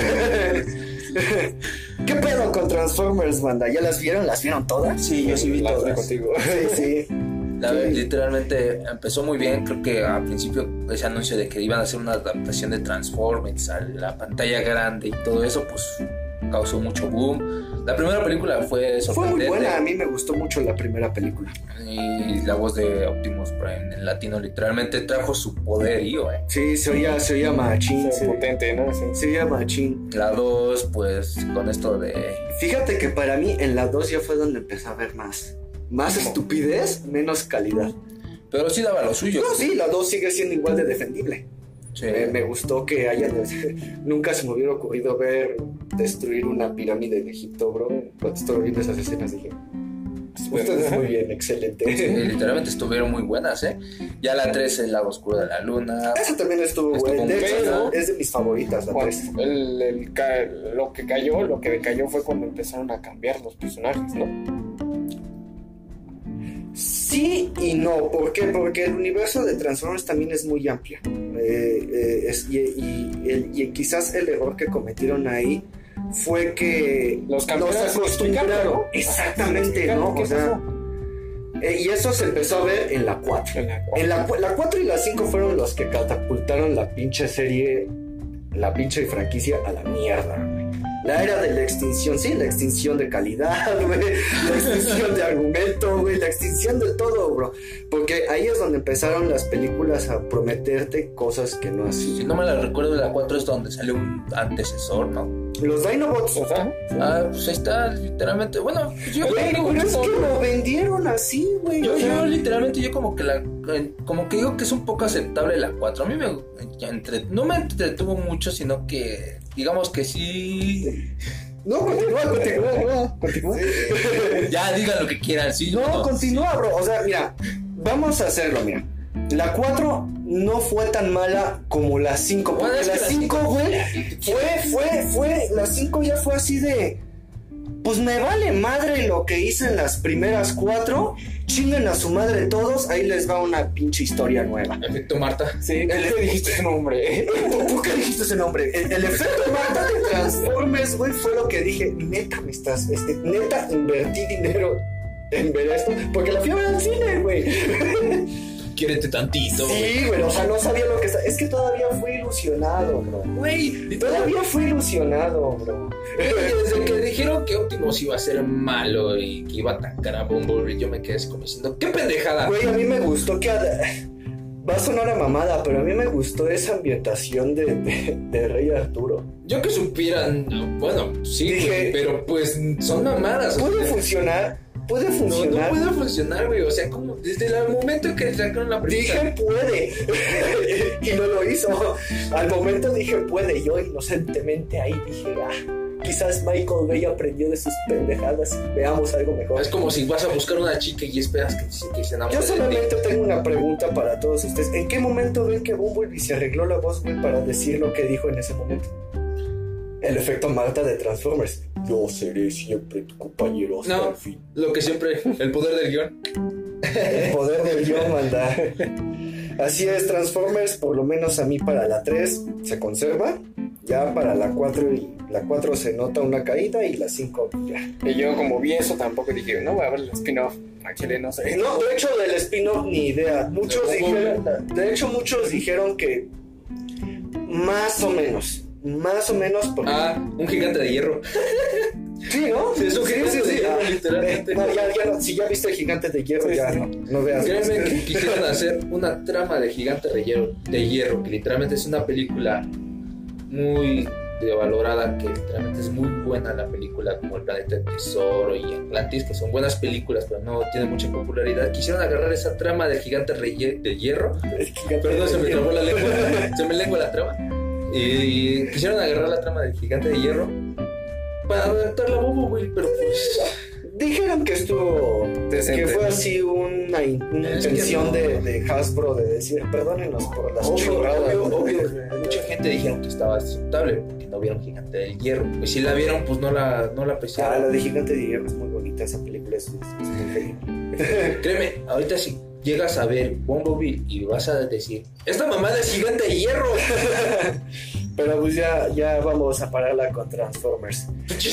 ¿Qué pedo con Transformers, banda? ¿Ya las vieron? ¿Las vieron todas? Sí, yo sí vi todas contigo. Sí. Literalmente empezó muy bien. Creo que al principio ese anuncio de que iban a hacer una adaptación de Transformers a la pantalla grande y todo eso pues causó mucho boom. La primera película fue sorprendente. Fue muy buena, a mí me gustó mucho la primera película. Y la voz de Optimus Prime en latino literalmente trajo su poderío, Sí, se oía machín. Sí, potente, ¿no? Sí. Se oía machín. La 2, pues, con esto de... Fíjate que para mí en la 2 ya fue donde empecé a ver más estupidez, menos calidad. Pero sí daba lo suyo. No, sí, la 2 sigue siendo igual de defendible. Sí. Me gustó que hayan... Nunca se me hubiera ocurrido ver destruir una pirámide en Egipto, bro. Cuando estaba viendo esas escenas dije... Ustedes muy bien, excelente. Sí, literalmente estuvieron muy buenas, Ya la 3, el lado oscuro de la luna. Esa también estuvo buena. De hecho, es de mis favoritas, la 3. Lo que decayó fue cuando empezaron a cambiar los personajes, ¿no? Sí y no. ¿Por qué? Porque el universo de Transformers también es muy amplio. Y quizás el error que cometieron ahí fue que los acostumbraron. Exactamente, ¿no? O sea, y eso se empezó a ver en la 4. La 4 y la 5 fueron los que catapultaron la pinche serie, la pinche franquicia a la mierda, güey. La era de la extinción, sí, la extinción de calidad, güey, la extinción de argumento, güey, la extinción de todo, bro. Porque ahí es donde empezaron las películas a prometerte cosas que no hacían. Si no me la recuerdo, la 4 es donde salió un antecesor, ¿no? Los Dinobots. Pues ahí está, literalmente. Bueno, yo pero es que lo vendieron así, güey. Yo literalmente, como que digo que es un poco aceptable la 4. A mí no me entretuvo mucho, sino que digamos que sí. No, continúa. Ya digan lo que quieran, sí. No, continúa, bro. O sea, mira, vamos a hacerlo, mira. La 4 no fue tan mala como la 5. Porque la 5, güey, fue. La 5 ya fue así de. Pues me vale madre lo que hice en las primeras 4. Chinguen a su madre todos. Ahí les va una pinche historia nueva. Efecto Marta. Sí, ¿qué dijiste ese nombre? ¿Por qué dijiste ese nombre? El efecto Marta de Transformers, güey, fue lo que dije. Neta, neta, invertí dinero en ver esto. Porque la fui a ver al cine, güey. Quiérete tantito. Sí, güey, o sea, no sabía lo que está. Es que todavía fui ilusionado, bro. Güey, todavía fui ilusionado, bro. Desde que dijeron que Optimus iba a ser malo y que iba a atacar a Bumblebee, yo me quedé así como diciendo, ¡qué pendejada! Güey, a mí me gustó que... Va a sonar a mamada, pero a mí me gustó esa ambientación de Rey Arturo. Yo que supieran, bueno, sí, dije, pero pues son mamadas. Puede funcionar. No puede funcionar, güey. O sea, como desde el momento en que sacaron la película. Dije puede. Y no lo hizo. Al momento dije puede. Yo inocentemente ahí dije, quizás Michael Bay aprendió de sus pendejadas y veamos algo mejor. Es como si vas a buscar una chica y esperas que se enamore. Yo solamente tengo una pregunta para todos ustedes. ¿En qué momento ven que Bumblebee se arregló la voz, güey, para decir lo que dijo en ese momento? El efecto Marta de Transformers. Yo seré siempre tu compañero hasta el fin. Lo que siempre, el poder del guión. El poder del guión, manda. Así es, Transformers, por lo menos a mí para la 3 se conserva. Ya para la 4 y la 4 se nota una caída y la 5 ya. Y yo como vi eso tampoco dije, no voy a ver el spin-off. Actually, no sé. No, de hecho del spin-off ni idea. Muchos dijeron que más o menos porque... un gigante de hierro. Sí, ¿no? Sí, es un gigante de hierro, literalmente. No, si ya viste el gigante de hierro, sí, ya no veas. Créeme que quisieron hacer una trama de gigante de hierro, que literalmente es una película muy devalorada, que literalmente es muy buena la película, como El Planeta del Tesoro y Atlantis, que son buenas películas, pero no tienen mucha popularidad. Quisieron agarrar esa trama del gigante de hierro. Perdón, se me trabó la lengua. Se me lengua la trama. Y quisieron agarrar la trama del gigante de hierro para adaptar la bobo, güey, pero pues... Dijeron que estuvo decente, que fue así una intención de Hasbro de decir perdónenos por las chorradas. Obvio. Mucha gente dijeron que estaba aceptable porque no vieron Gigante del Hierro. Y si la vieron, pues no la apreciaron. La de Gigante de Hierro es muy bonita, esa película es muy genial. Créeme, ahorita si llegas a ver Bumblebee y vas a decir, esta mamada es Gigante de Hierro. Pero pues ya vamos a pararla con Transformers.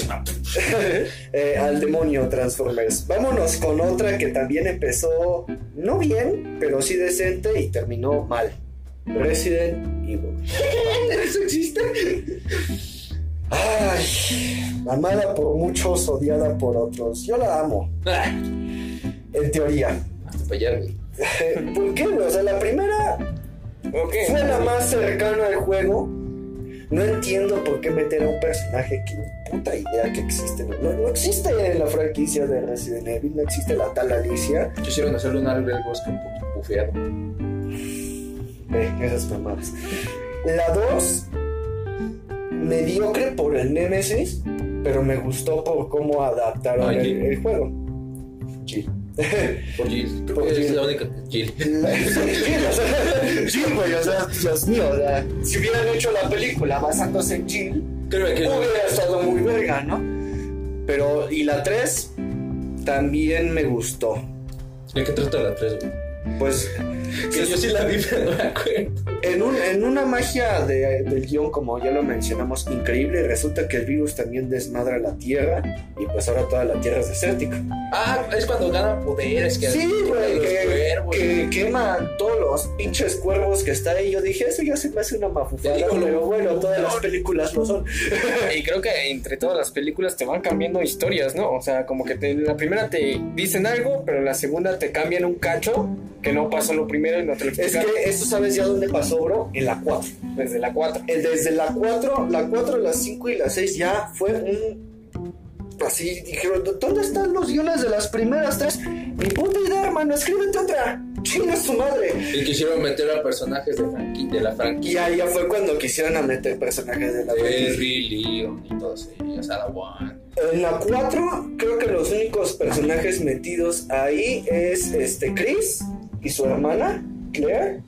Al demonio Transformers. Vámonos con otra que también empezó no bien, pero sí decente y terminó mal. Resident Evil. ¿Eso existe? Ay, amada por muchos, odiada por otros. Yo la amo. En teoría. Hasta para allá, güey. ¿Por qué, güey? O sea, la primera fue la más cercana al juego. No entiendo por qué meter a un personaje que ni puta idea que existe. No existe en la franquicia de Resident Evil, no existe la tal Alicia. Quisieron hacerle un árbol del bosque un poco bufeado. Esas mamadas. La 2, mediocre por el Nemesis, pero me gustó por cómo adaptaron el juego. Jill. Por Jill. Creo que es la única Jill. Jill, güey, o sea, Dios mío, o sea, si hubieran hecho la película basándose en Jill, Creo que hubiera estado muy verga, ¿no? Pero, y la 3 también me gustó. ¿De qué trata la 3, güey? Pues Que yo sí la vi, pero no me acuerdo. en una magia del guión, como ya lo mencionamos, increíble, resulta que el virus también desmadra la Tierra y pues ahora toda la Tierra es desértica. Ah, es cuando gana poderes. Que Sí, güey, los cuervos. que quema todos los pinches cuervos que está ahí. Yo dije, eso ya se me hace una mafufada, Ya digo, pero bueno, todas las películas lo son. Y creo que entre todas las películas te van cambiando historias, ¿no? O sea, como que en la primera te dicen algo, pero en la segunda te cambian un cacho que no pasó en lo primero y no te lo Es explican. que esto, ¿sabes ya dónde pasó, bro? En la 4. Desde la 4. Desde la 4, la 5 y la 6 ya fue un... Así dijeron, ¿dónde están los guiones de las primeras 3? Ni puta idea, hermano, escríbete otra. Chinga su madre. Y quisieron meter a personajes de la Y franquicia. ahí ya fue cuando quisieron a meter personajes de la franquicia. Terry, Leon y todos ellos. Adawan. En la 4, creo que los únicos personajes metidos ahí es Chris y su hermana, Claire,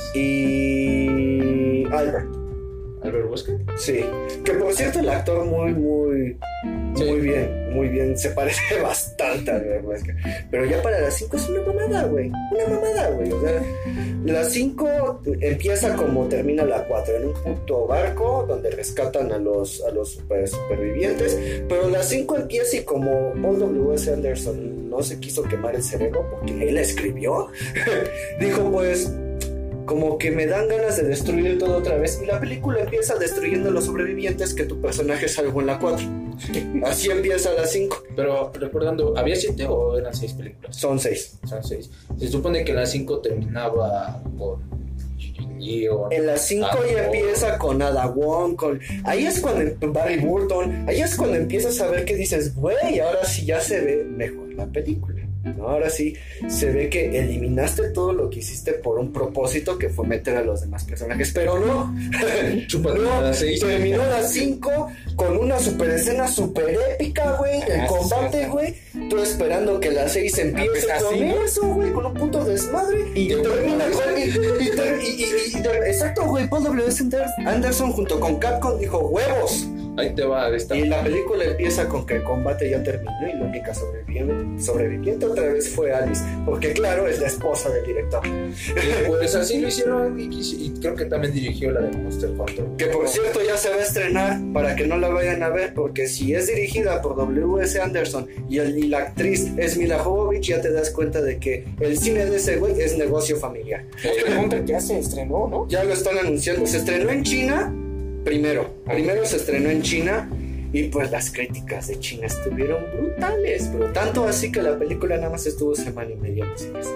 y Albert. Albert Bosque. Sí, que por cierto el actor muy bien, se parece bastante a Albert Wesker. Pero ya para las 5 es una mamada, güey, o sea, la 5 empieza como termina la 4, en un puto barco donde rescatan a los supervivientes, pero la 5 empieza y como Paul W.S. Anderson no se quiso quemar el cerebro porque él la escribió, dijo pues... como que me dan ganas de destruir todo otra vez. Y la película empieza destruyendo a los sobrevivientes que tu personaje salvó en la 4. Así empieza la 5. Pero recordando, ¿había 7 o eran 6 películas? Son 6. Son 6. Se supone que la 5 terminaba con Leon. En la 5 ya empieza con Ada Wong, ahí es cuando Barry Burton, ahí es cuando empiezas a ver que dices, güey, ahora sí ya se ve mejor la película. ¿No? Ahora sí se ve que eliminaste todo lo que hiciste por un propósito que fue meter a los demás personajes, pero no. Terminó la 5 con una super escena super épica, güey, el combate, güey. Tú esperando que la 6 empiece con eso, güey, con un puto desmadre y termina con exacto, güey. Paul W.S. Anderson junto con Capcom dijo, huevos. Ahí te va esta. Y la película empieza con que el combate ya terminó y la única sobreviviente otra vez fue Alice, porque claro, es la esposa del director. Y pues así lo hicieron y creo que también dirigió la de Monster Hunter. Que por cierto ya se va a estrenar para que no la vayan a ver, porque si es dirigida por W.S. Anderson y la actriz es Mila Jovovich, ya te das cuenta de que el cine de ese güey es negocio familiar. Monster Hunter ya se estrenó, ¿no? Ya lo están anunciando, se estrenó en China. Primero se estrenó en China y pues las críticas de China estuvieron brutales, pero tanto así que la película nada más estuvo semana y media en cines.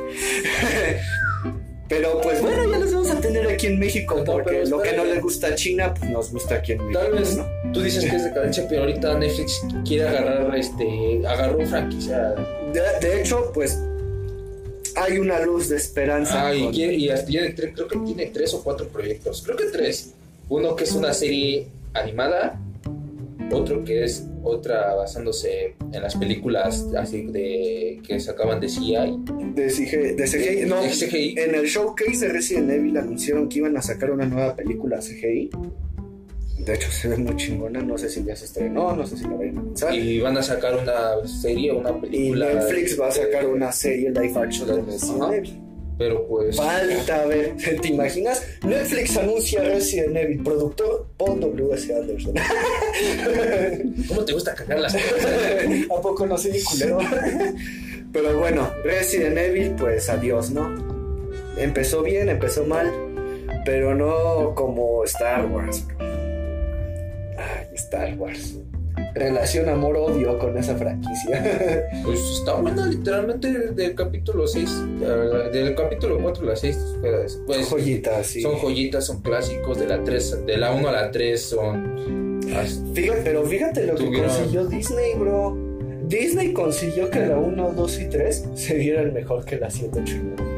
Pero pues bueno, ya los vamos a tener aquí en México, porque lo que no le gusta a China, pues nos gusta aquí en México. Tal vez tú dices que es decadencia, pero ahorita Netflix quiere agarró franquicia. De hecho, pues hay una luz de esperanza. Creo que tiene 3 o 4 proyectos, creo que 3. Uno que es una serie animada, otro que es otra basándose en las películas así que sacaban de CGI. De CGI, no, CGI. En el showcase de Resident Evil anunciaron que iban a sacar una nueva película CGI. De hecho se ve muy chingona, no sé si ya se estrenó, no sé si la vayan a lanzar. Y van a sacar una serie, una película. Y Netflix va a sacar una serie live action de Resident Evil. Pero pues... Falta ver, ¿te imaginas? Netflix anuncia Resident Evil, productor Paul W.S. Anderson. ¿Cómo te gusta cagar las cosas? ¿A poco no soy culero? Pero bueno, Resident Evil, pues adiós, ¿no? Empezó bien, empezó mal, pero no como Star Wars. Ay, Star Wars. Relación amor-odio con esa franquicia. Pues está buena, literalmente del capítulo 6, del capítulo 4 a la 6, pues, Joyitas, sí. Son joyitas, son clásicos, de la 1 a la 3 son... Fíjate lo que consiguió Disney, bro. Disney consiguió que la 1, 2 y 3 se vieran mejor que la 7, 8 y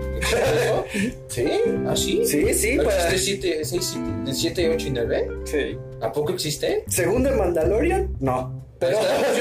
9. ¿Sí? ¿Ah, sí? Sí. ¿No existe 7, 8 y 9? Sí. ¿A poco existe? Según The Mandalorian, no. Pero,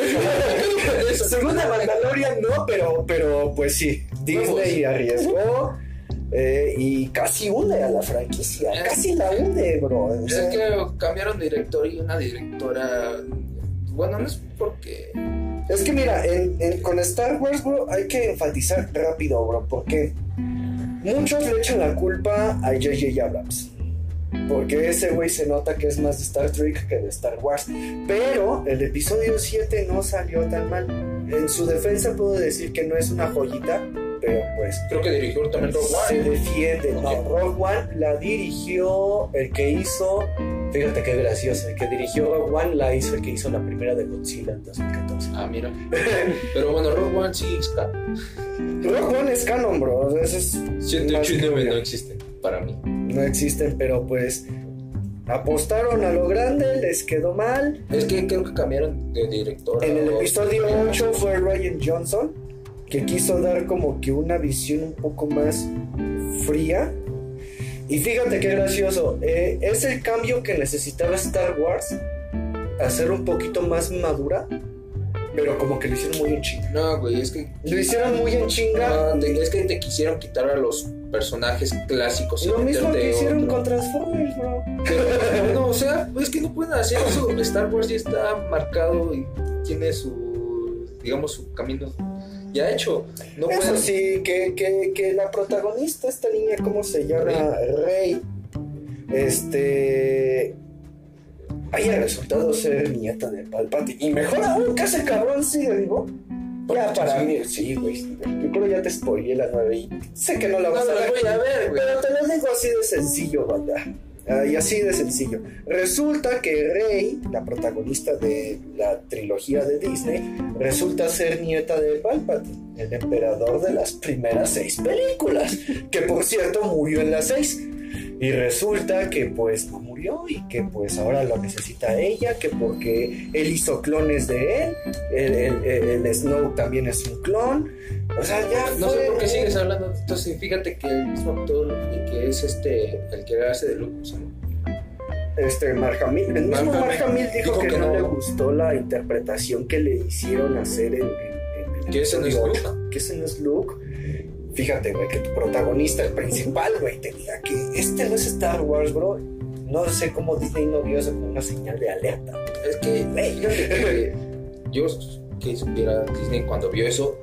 según The Mandalorian, no, pero pues sí. Disney arriesgó y casi hunde a la franquicia. Casi la hunde, bro. O sea, es que cambiaron de director y una directora. Bueno, no es porque. Es que mira, con Star Wars, bro, hay que enfatizar rápido, bro, porque muchos le echan la culpa a J.J. Abrams. Porque ese güey se nota que es más de Star Trek que de Star Wars. Pero el episodio 7 no salió tan mal. En su defensa puedo decir que no es una joyita, pero pues... Creo que dirigió también Rogue One. Se defiende. Okay. No, Rogue One la dirigió el que hizo... Fíjate qué gracioso. El que dirigió Rogue One la hizo el que hizo la primera de Godzilla en 2014. Ah, mira. Pero bueno, Rogue One sí es canon. Rogue One es canon, bro. Eso es 7, 8 y 9 no existen para mí. No existen, pero pues apostaron a lo grande, les quedó mal. Es que creo que cambiaron de director. En el episodio 8 fue Rian Johnson, que quiso dar como que una visión un poco más fría. Y fíjate qué gracioso, es el cambio que necesitaba Star Wars, hacer un poquito más madura, pero como que lo hicieron muy en chinga. No, güey, es que... Lo hicieron muy en chinga. No, es que te quisieron quitar a los personajes clásicos. Lo mismo que hicieron con Transformers, bro. Pero, no, o sea, es que no pueden hacer eso. Star Wars ya está marcado y tiene su, digamos, su camino ya hecho. No eso pueden... sí, que la protagonista, esta niña, ¿cómo se llama? Rey. Haya resultado ser nieta de Palpatine. Y mejor aún que ese cabrón sigue vivo. Ya para mí, sí, güey. Yo creo que ya te spoileé la 9 y sé que no la vas a ver. Voy a ver, güey. Pero te lo digo así de sencillo, banda. Y así de sencillo. Resulta que Rey, la protagonista de la trilogía de Disney, resulta ser nieta de Palpatine, el emperador de las primeras 6 películas, que por cierto murió en las 6. Y resulta que pues no murió y que pues ahora lo necesita ella, que porque él hizo clones de él, el Snoke también es un clon. O sea, ya no sé por qué sigues hablando. Entonces, fíjate que el mismo actor que es el que hace de Luke, ¿no? Mark Hamill. El mismo Mark Hamill dijo que no le gustó la interpretación que le hicieron hacer en que ese no es Luke. Que ese no es Luke. Fíjate, güey, que tu protagonista, el principal, güey, te diga que este no es Star Wars, bro. No sé cómo Disney no vio eso como una señal de alerta. Es que, fíjate que yo que supiera Disney cuando vio eso,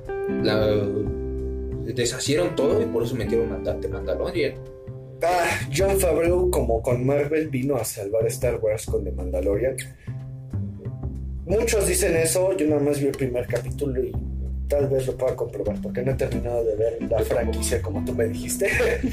deshacieron todo y por eso metieron Mandalorian. Jon Favreau, como con Marvel, vino a salvar Star Wars con The Mandalorian. Muchos dicen eso, yo nada más vi el primer capítulo y tal vez lo pueda comprobar porque no he terminado de ver la franquicia como tú me dijiste.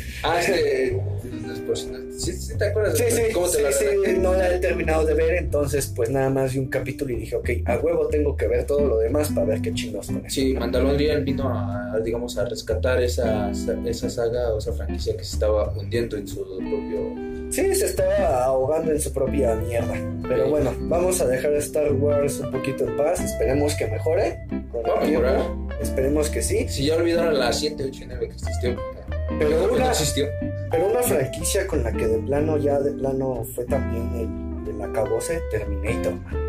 ¿Sí te acuerdas? Sí, ¿Cómo te no la he terminado de ver, entonces pues nada más vi un capítulo y dije, ok, a huevo tengo que ver todo lo demás para ver qué chingados con eso. Sí, Mandalorian vino a, digamos, a rescatar esa saga o esa franquicia que se estaba hundiendo en su propio... Sí, se estaba ahogando en su propia mierda. Pero bueno, vamos a dejar a Star Wars un poquito en paz. Esperemos que mejore. ¿Va a mejorar? Esperemos que sí. Si ya olvidaron la 7, 8 y 9 que existió. Pero no existió. Pero una franquicia con la que de plano fue también el acabose, Terminator.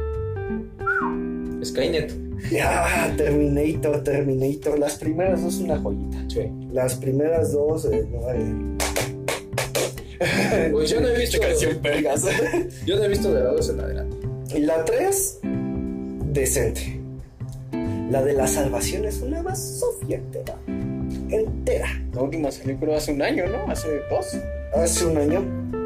Skynet. Ya, Terminator. Las primeras dos una joyita. Sí. Las primeras dos... Pues yo no he visto canción vergas. Yo no he visto de la 2 en adelante. Y la 3 decente. La de la salvación es una basofia entera. La última salió creo hace un año, ¿no? Hace 2. Hace un año.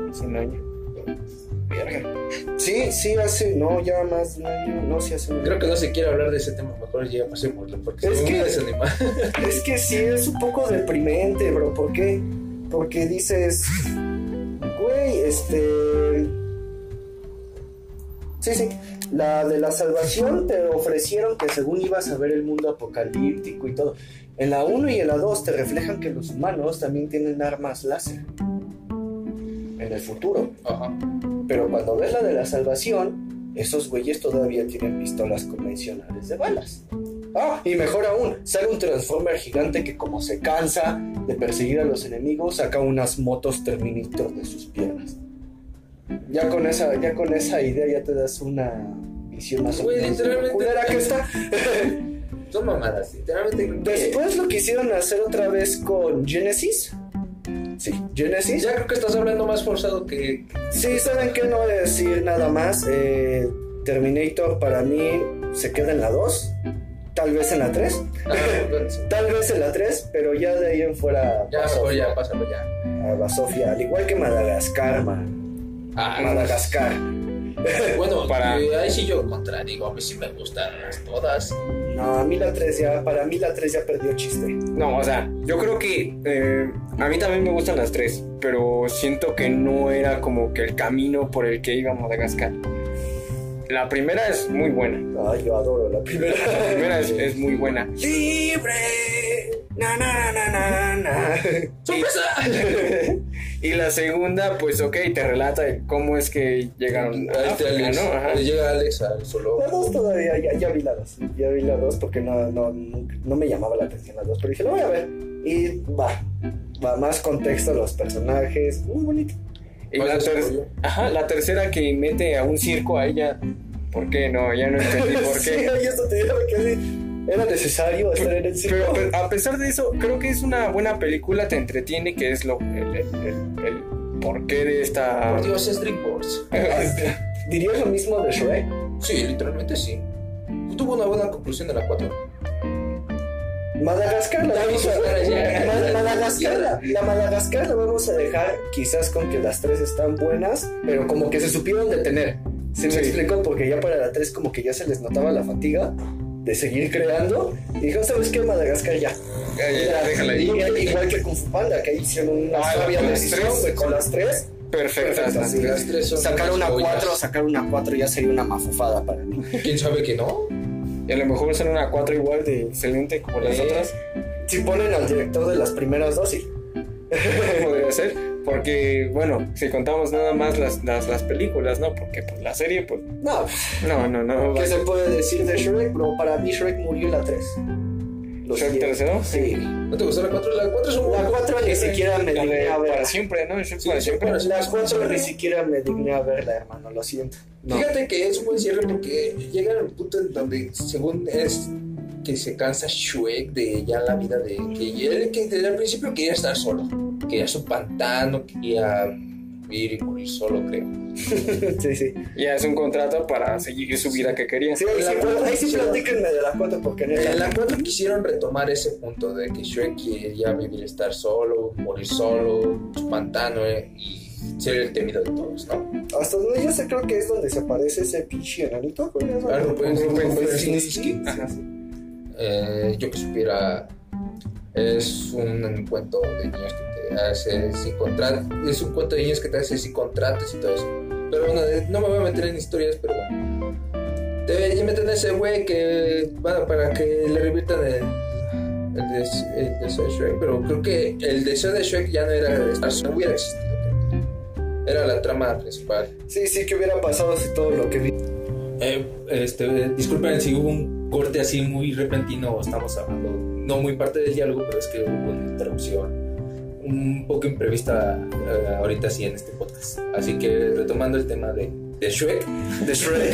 Verga. Sí, hace, no, ya más de un año. No, sí hace un año. Creo que no se quiere hablar de ese tema, mejor ya pasémoslo porque es que sí es un poco deprimente, bro. ¿Por qué? Porque dices, güey, Sí, sí. La de la salvación te ofrecieron que según ibas a ver el mundo apocalíptico y todo. En la 1 y en la 2 te reflejan que los humanos también tienen armas láser. En el futuro. Ajá. Pero cuando ves la de la salvación, esos güeyes todavía tienen pistolas convencionales de balas. Ah, y mejor aún, sale un Transformer gigante que como se cansa de perseguir a los enemigos, saca unas motos Terminator de sus piernas. Ya con esa idea ya te das una visión más o Güey, menos literalmente- culera que está. Son mamadas, literalmente. creo que- Después lo quisieron hacer otra vez con Genesis. Sí, Genesis. Ya creo que estás hablando más forzado que. Sí, ¿saben qué? No voy a decir nada más. Terminator para mí se queda en la 2. Tal vez en la 3. Bueno, sí. Tal vez en la 3, pero ya de ahí en fuera. Ya, mejor Basofia. ya, pásalo ya. A Basofia, al igual que Madagascar, man. Madagascar. Bueno, Para- ahí sí yo contradigo, a mí sí me gustan todas. No, a mí la 3 ya, para mí la 3 ya perdió chiste. No, o sea, yo creo que a mí también me gustan las 3, pero siento que no era como que el camino por el que iba a Madagascar. La primera es muy buena. Ay, yo adoro la primera. La primera es muy buena. Libre. Na, na, na, na, na. ¡Sorpresa! Y la segunda, pues ok, te relata de cómo es que llegaron a Ahí está África, Alex. ¿no? Ajá. Le llega Alex al solo. La 2 todavía, ya vi la 2. Ya vi la 2 porque no me llamaba la atención la 2. Pero dije, lo voy a ver. Y va más contexto a los personajes. Muy bonito. Y ¿Cuál es la tercera que mete a un circo a ella. ¿Por qué? No, ya no entendí por Sí, qué. y eso te digo que sí. Era necesario estar en el circo. Pero a pesar de eso, creo que es una buena película, te entretiene, que es el porqué de esta... Por Dios, es DreamWorks. ¿Dirías lo mismo de Shrek? Sí, literalmente sí. Tuvo una buena conclusión de la 4. Madagascar la vamos a la Madagascar la vamos a dejar quizás con que las 3 están buenas, pero como que se supieron detener. ¿Se me Sí. explicó? Porque ya para la 3 como que ya se les notaba la fatiga de seguir creando. Y dijeron, ¿sabes qué? Madagascar ya. Ya, déjala ahí. Igual que Kung Fu Panda, que ahí hicieron una sabia las decisión, tres. güey, con las 3. Perfectas. Perfectas, sí. Las 3 son Sacar una unas 4, joyas. sacar una 4 ya sería una mafufada para mí. ¿Quién sabe que no? Y a lo mejor son una 4 igual de excelente como las otras. Si ponen al director de las primeras 2, sí. Podría ser. Porque, bueno, si contamos nada más las películas, ¿no? Porque pues, la serie, pues... No, No. ¿qué se puede decir de Shrek? Bro, para mí Shrek murió en la 3. ¿Shrek tercero? Sí. ¿No te gustó la 4? La 4 es un La 4 ni siquiera me La de digné a para verla. siempre, ¿no? Shrek Sí, para sí, siempre. para siempre. La 4 ni siquiera me digné a verla, hermano, lo siento. No. Fíjate que es un buen cierre porque llega al punto en donde, según es que se cansa Shrek de ya la vida de que él que desde el principio quería estar solo, quería su pantano, quería vivir y morir solo, creo. Sí. Ya es un contrato para seguir su vida que quería. Sí, ahí sí platíquenme de la 4 porque neta. En la 4 quisieron retomar ese punto de que Shrek quería vivir, estar solo, morir solo, su pantano y ser el temido de todos, ¿no? Hasta donde yo sé, creo que es donde se aparece ese pinche enanito. Ah, Rupensky. Yo que supiera, es un cuento de niños que te hace sin contratos, es un cuento de niños que te hace sin contratos y todo eso. Pero bueno, no me voy a meter en historias, pero bueno. Te meten a ese güey que, bueno, para que le reviertan el deseo de Shrek, pero creo que el deseo de Shrek ya no era estar solo, no hubiera existido. Era la trama principal. Sí, ¿qué hubiera pasado si todo lo que vi? Disculpen si hubo un corte así muy repentino, estamos hablando, no muy parte del diálogo, pero es que hubo una interrupción un poco imprevista ahorita sí en este podcast. Así que retomando el tema de Shrek. De Shrek.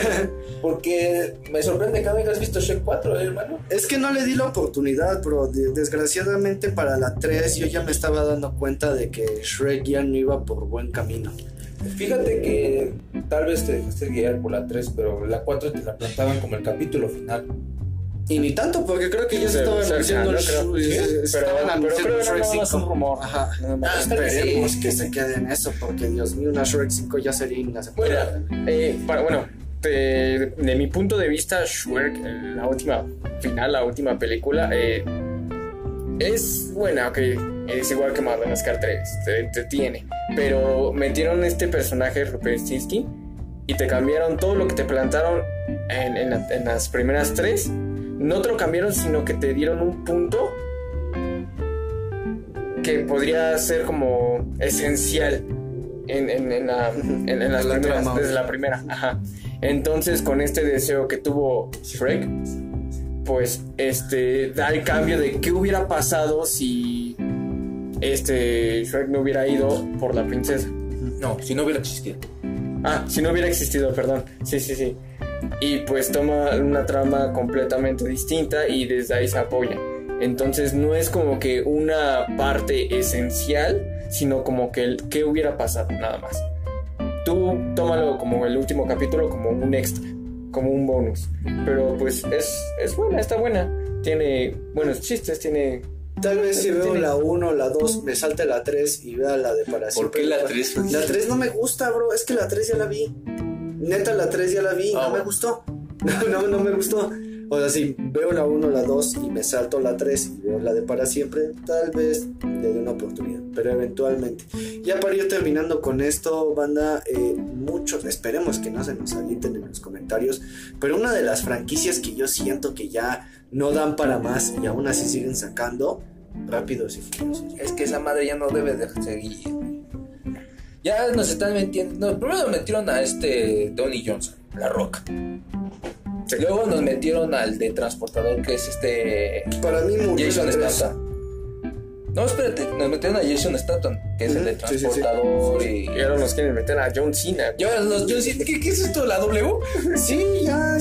Porque me sorprende que no hayas visto Shrek 4, hermano. Es que no le di la oportunidad, bro. Desgraciadamente para la 3 yo ya me estaba dando cuenta de que Shrek ya no iba por buen camino. Fíjate que tal vez te dejaste guiar por la 3, pero la 4 te la plantaban como el capítulo final. Y ni tanto, porque creo que ya se estaban anunciando el pero creo que Shrek nada más 5. un rumor. Ajá. Nada más. Esperemos que se quede en eso, porque Dios mío, una Shrek 5 ya sería inaceptable. Bueno, de mi punto de vista, Shrek, la última película, es buena, ok. Es igual que Madagascar 3, te tiene. Pero metieron este personaje, Rupensky, y te cambiaron todo lo que te plantaron en las primeras 3. No te lo cambiaron, sino que te dieron un punto que podría ser como esencial en las primeras, desde la primera. Ajá. Entonces, con este deseo que tuvo Shrek, pues da el cambio de qué hubiera pasado si Shrek no hubiera ido por la princesa. No, si no hubiera existido. Si no hubiera existido, perdón. Sí. Y pues toma una trama completamente distinta y desde ahí se apoya. Entonces no es como que una parte esencial, sino como que qué hubiera pasado, nada más. Tú tómalo como el último capítulo, como un extra, como un bonus. Pero pues es buena, está buena. Tiene buenos chistes, tiene... Tal vez si veo la 1, la 2, me salte la 3 y vea la de para siempre. ¿Por qué la 3? La 3 no me gusta, bro. Es que la 3 ya la vi. Neta, la 3 ya la vi. No me gustó. No me gustó. O sea, si veo la 1, la 2 y me salto la 3 y veo la de para siempre, tal vez le dé una oportunidad, pero eventualmente. Ya para ir terminando con esto, banda, muchos, esperemos que no se nos avienten en los comentarios, pero una de las franquicias que yo siento que ya no dan para más y aún así siguen sacando, Rápidos y Furiosos. Es que esa madre ya no debe de seguir. Ya nos están metiendo. No, primero metieron a Donnie Johnson, La Roca. Luego nos metieron al de transportador, que es para mí murió Jason la 3. Statham. No, espérate, nos metieron a Jason Statham, que es el de transportador. Y ahora nos quieren meter a John Cena. ¿Qué es esto? ¿La W? Sí, ya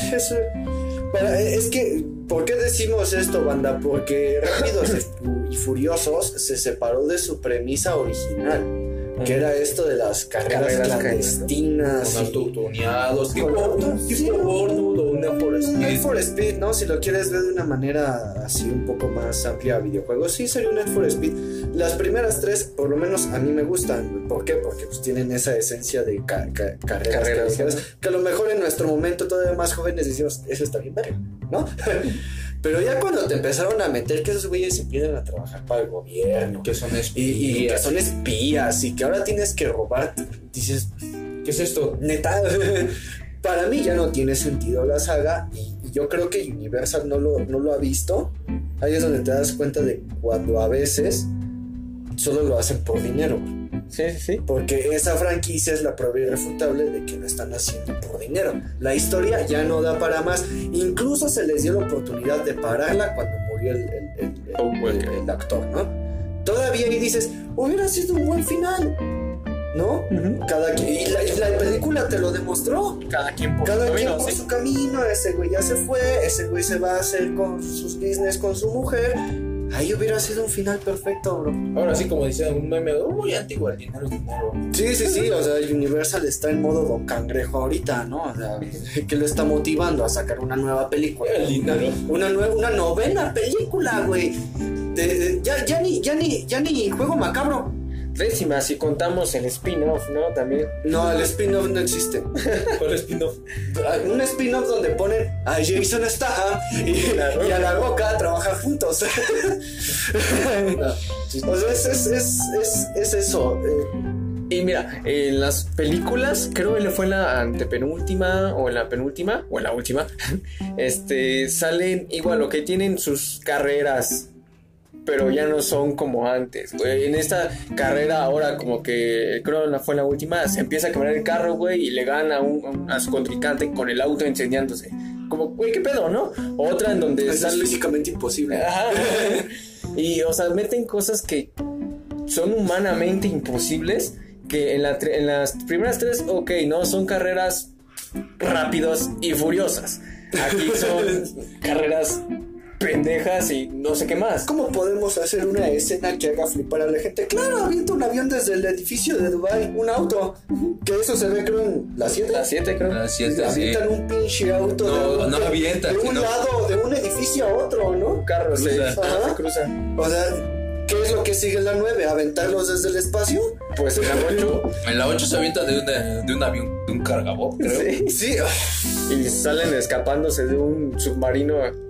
es que, ¿por qué decimos esto, banda? Porque Rápidos y Furiosos se separó de su premisa original, que era esto de las carreras clandestinas, con autotuneados, tipo Burnout o Need for Speed, ¿no? Si lo quieres ver de una manera así un poco más amplia a videojuegos, sí sería un Need for Speed. Las primeras 3, por lo menos a mí me gustan. ¿Por qué? Porque pues tienen esa esencia de carreras que a lo mejor en nuestro momento todavía más jóvenes decimos, eso está bien verga, ¿no? Pero ya cuando te empezaron a meter que esos güeyes se empiezan a trabajar para el gobierno, que son espías, y que son espías, y que ahora tienes que robar, dices, ¿qué es esto? Neta, para mí ya no tiene sentido la saga, y yo creo que Universal no lo ha visto. Ahí es donde te das cuenta de cuando a veces solo lo hacen por dinero. Sí. Porque esa franquicia es la prueba irrefutable de que lo están haciendo por dinero. La historia ya no da para más. Incluso se les dio la oportunidad de pararla cuando murió el actor, ¿no? Todavía ahí dices, hubiera sido un buen final, ¿no? Y la película te lo demostró. Cada quien por su camino. Ese güey ya se fue. Ese güey se va a hacer con sus business con su mujer. Ahí hubiera sido un final perfecto, bro. Ahora sí, como decía un meme muy antiguo, el dinero es dinero. Sí, o sea, Universal está en modo Don Cangrejo ahorita, ¿no? O sea, que lo está motivando a sacar una nueva película. El dinero. Una novena película, güey. Ya ni Juego Macabro. 10ª, si contamos el spin-off, ¿no? También. No, el spin-off no existe. ¿Cuál spin-off? Un spin-off donde ponen a Jason Statham y a La Roca a trabajar juntos. O sea, es eso. Y mira, en las películas, creo que fue en la antepenúltima o en la penúltima o en la última, salen igual, que tienen sus carreras, pero ya no son como antes, güey. En esta carrera ahora como que creo que fue en la última, se empieza a quebrar el carro, güey, y le gana a su contrincante con el auto incendiándose. Como, güey, ¿qué pedo, no? Otra en donde es físicamente imposible. Ajá. Y, o sea, meten cosas que son humanamente imposibles, que en las primeras 3, ok, no, son carreras rápidas y furiosas. Aquí son carreras pendejas y no sé qué más. ¿Cómo podemos hacer una escena que haga flipar a la gente? Claro, avienta un avión desde el edificio de Dubai, un auto, que eso se ve creo en la 7. La 7 creo. La 7, avientan un pinche auto no avientan, de un lado de un edificio a otro, ¿no? Un carro se cruza. O sea, ¿qué es lo que sigue en la 9? ¿Aventarlos desde el espacio? Pues en la 8 se avienta de un avión, de un cargabot, creo. Sí. Y salen escapándose de un submarino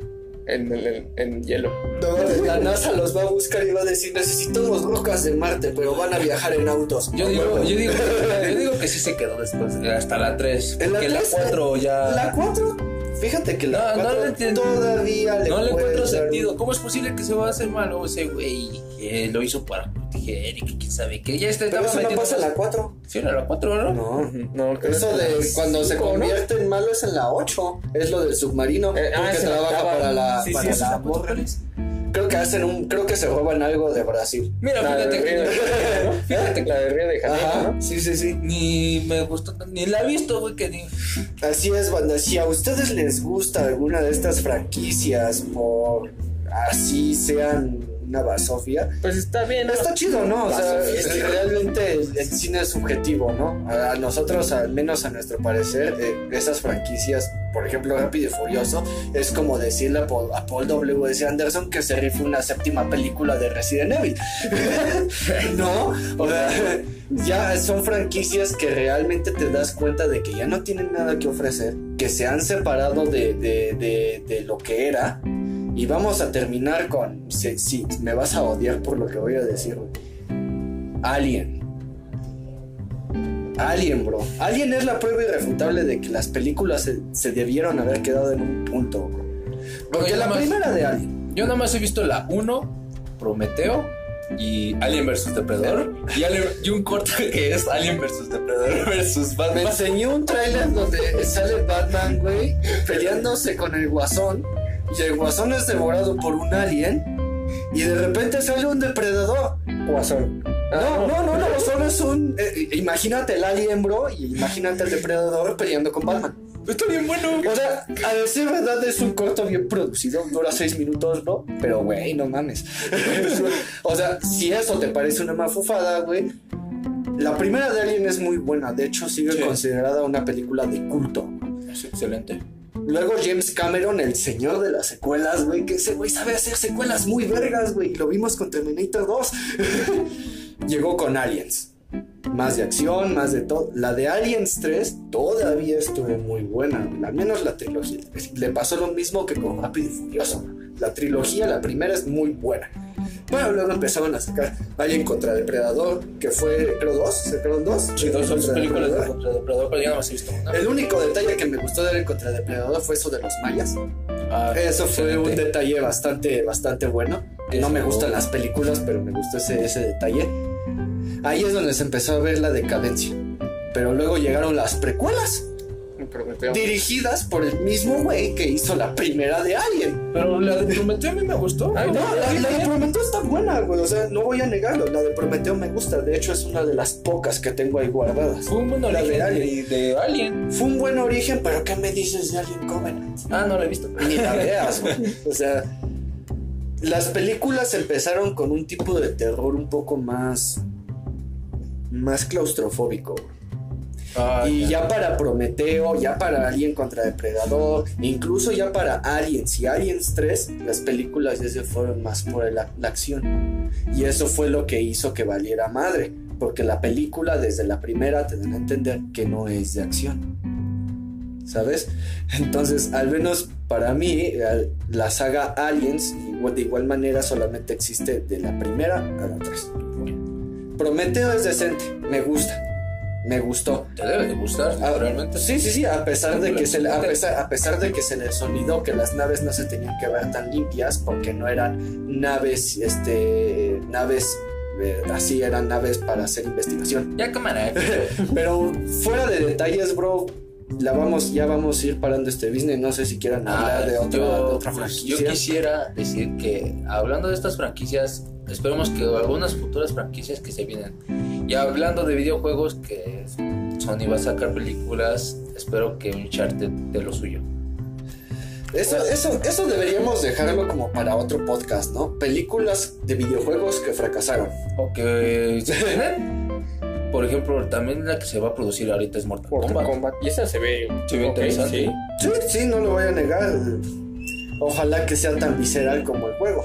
en hielo. No, la NASA los va a buscar y va a decir, necesitamos rocas de Marte, pero van a viajar en autos. Yo digo que sí se quedó después, hasta la 3. En Porque la 4 ya... La 4, fíjate que la No 4 le entiendo. todavía le No le encuentro puede dar- sentido. ¿Cómo es posible que se va a hacer malo ese güey? Que lo hizo para proteger y que quién sabe que ya Pero eso no pasa en la 4. Sí, era la 4, ¿verdad? No, eso de cuando se convierte en malo es en la 8. Es lo del submarino. Porque se trabaja acaba. para la, Sí, para sí, la sí, morra. Creo que creo que se roban algo de Brasil. Mira, La fíjate de Río de que... Janeiro, ¿no? Fíjate que la de Río de Janeiro, Ajá, ¿no? sí. Ni me gustó, ni la he visto, güey, que ni... Así es, banda. Si a ustedes les gusta alguna de estas franquicias, por así sean una basofia, Pues está bien, ¿no? está chido, ¿no? O sea, Basofia. realmente el cine es subjetivo, ¿no? A nosotros, al menos a nuestro parecer, esas franquicias, por ejemplo, Rápido y Furioso, es como decirle a Paul W.S. Anderson que se rife una 7ª película de Resident Evil. ¿No? O sea, ya son franquicias que realmente te das cuenta de que ya no tienen nada que ofrecer, que se han separado de lo que era. Y vamos a terminar con... Sí, me vas a odiar por lo que voy a decir, güey. Alien, bro. Alien es la prueba irrefutable de que las películas se debieron haber quedado en un punto, bro. Porque la primera de Alien... Yo nada más he visto la 1, Prometeo, y Alien vs Depredador, y un corto que es Alien vs Depredador vs Me Batman. enseñó un tráiler donde sale Batman, güey, peleándose con el Guasón. Y el Guasón es devorado por un alien. Y de repente sale un depredador. Guasón. No, solo es un... imagínate el alien, bro, y imagínate el depredador peleando con Batman. Está bien bueno. O sea, a decir verdad es un corto bien producido, dura 6 minutos, bro, pero güey, no mames. O sea, si eso te parece una mafufada, güey, la primera de Alien es muy buena, de hecho sigue considerada una película de culto. Es excelente. Luego James Cameron, el señor de las secuelas, güey, que ese güey sabe hacer secuelas muy vergas, güey, lo vimos con Terminator 2. Llegó con Aliens. Más de acción, más de todo. La de Aliens 3 todavía estuvo muy buena, al menos la trilogía. Le pasó lo mismo que con Rápido y Furioso. La trilogía, la primera es muy buena. Bueno, luego empezaron a sacar Alien contra Depredador, que fue, creo, 2. ¿Sacaron 2? Sí, dos Contra películas de Depredador. contra Depredador, pero ya no más he visto una. El único detalle que me gustó de Alien contra Depredador fue eso de los mayas. Eso fue un detalle bastante bueno. No me gustan las películas, pero me gustó ese detalle. Ahí es donde se empezó a ver la decadencia. Pero luego llegaron las precuelas, Prometeo. dirigidas por el mismo güey que hizo la primera de Alien. Pero la de Prometeo a mí me gustó. No, la de Prometeo está buena, güey. O sea, no voy a negarlo. La de Prometeo me gusta. De hecho, es una de las pocas que tengo ahí guardadas. Fue un buen La de origen Alien. de Alien. Fue un buen origen, pero ¿qué me dices de Alien Covenant? No la he visto. Ni la veas, güey. O sea, las películas empezaron con un tipo de terror un poco más claustrofóbico. Y ya para Prometeo, ya para Alien contra Depredador, incluso ya para Aliens y Aliens 3, las películas ya se fueron más por la acción. Y eso fue lo que hizo que valiera madre, porque la película desde la primera te dan a entender que no es de acción, ¿sabes? Entonces, al menos para mí, la saga Aliens, de igual manera, solamente existe de la primera a la 3. Prometeo es decente, me gustó. Te debe de gustar, realmente. Sí, a pesar de que a pesar de que se les olvidó que las naves no se tenían que ver tan limpias, porque no eran naves, así eran naves para hacer investigación. Ya cámara. Pero fuera de detalles, bro, ya vamos a ir parando este business. No sé si quieran hablar de otra franquicia. Yo quisiera decir que, hablando de estas franquicias, esperemos que algunas futuras franquicias que se vienen. Y hablando de videojuegos, que Sony va a sacar películas, espero que Uncharted de lo suyo. Eso deberíamos dejarlo como para otro podcast, ¿no? Películas de videojuegos que fracasaron. O que se vienen. Por ejemplo, también la que se va a producir ahorita es Mortal Kombat. Y esa se ve interesante. Sí, no lo voy a negar. Ojalá que sea tan visceral como el juego.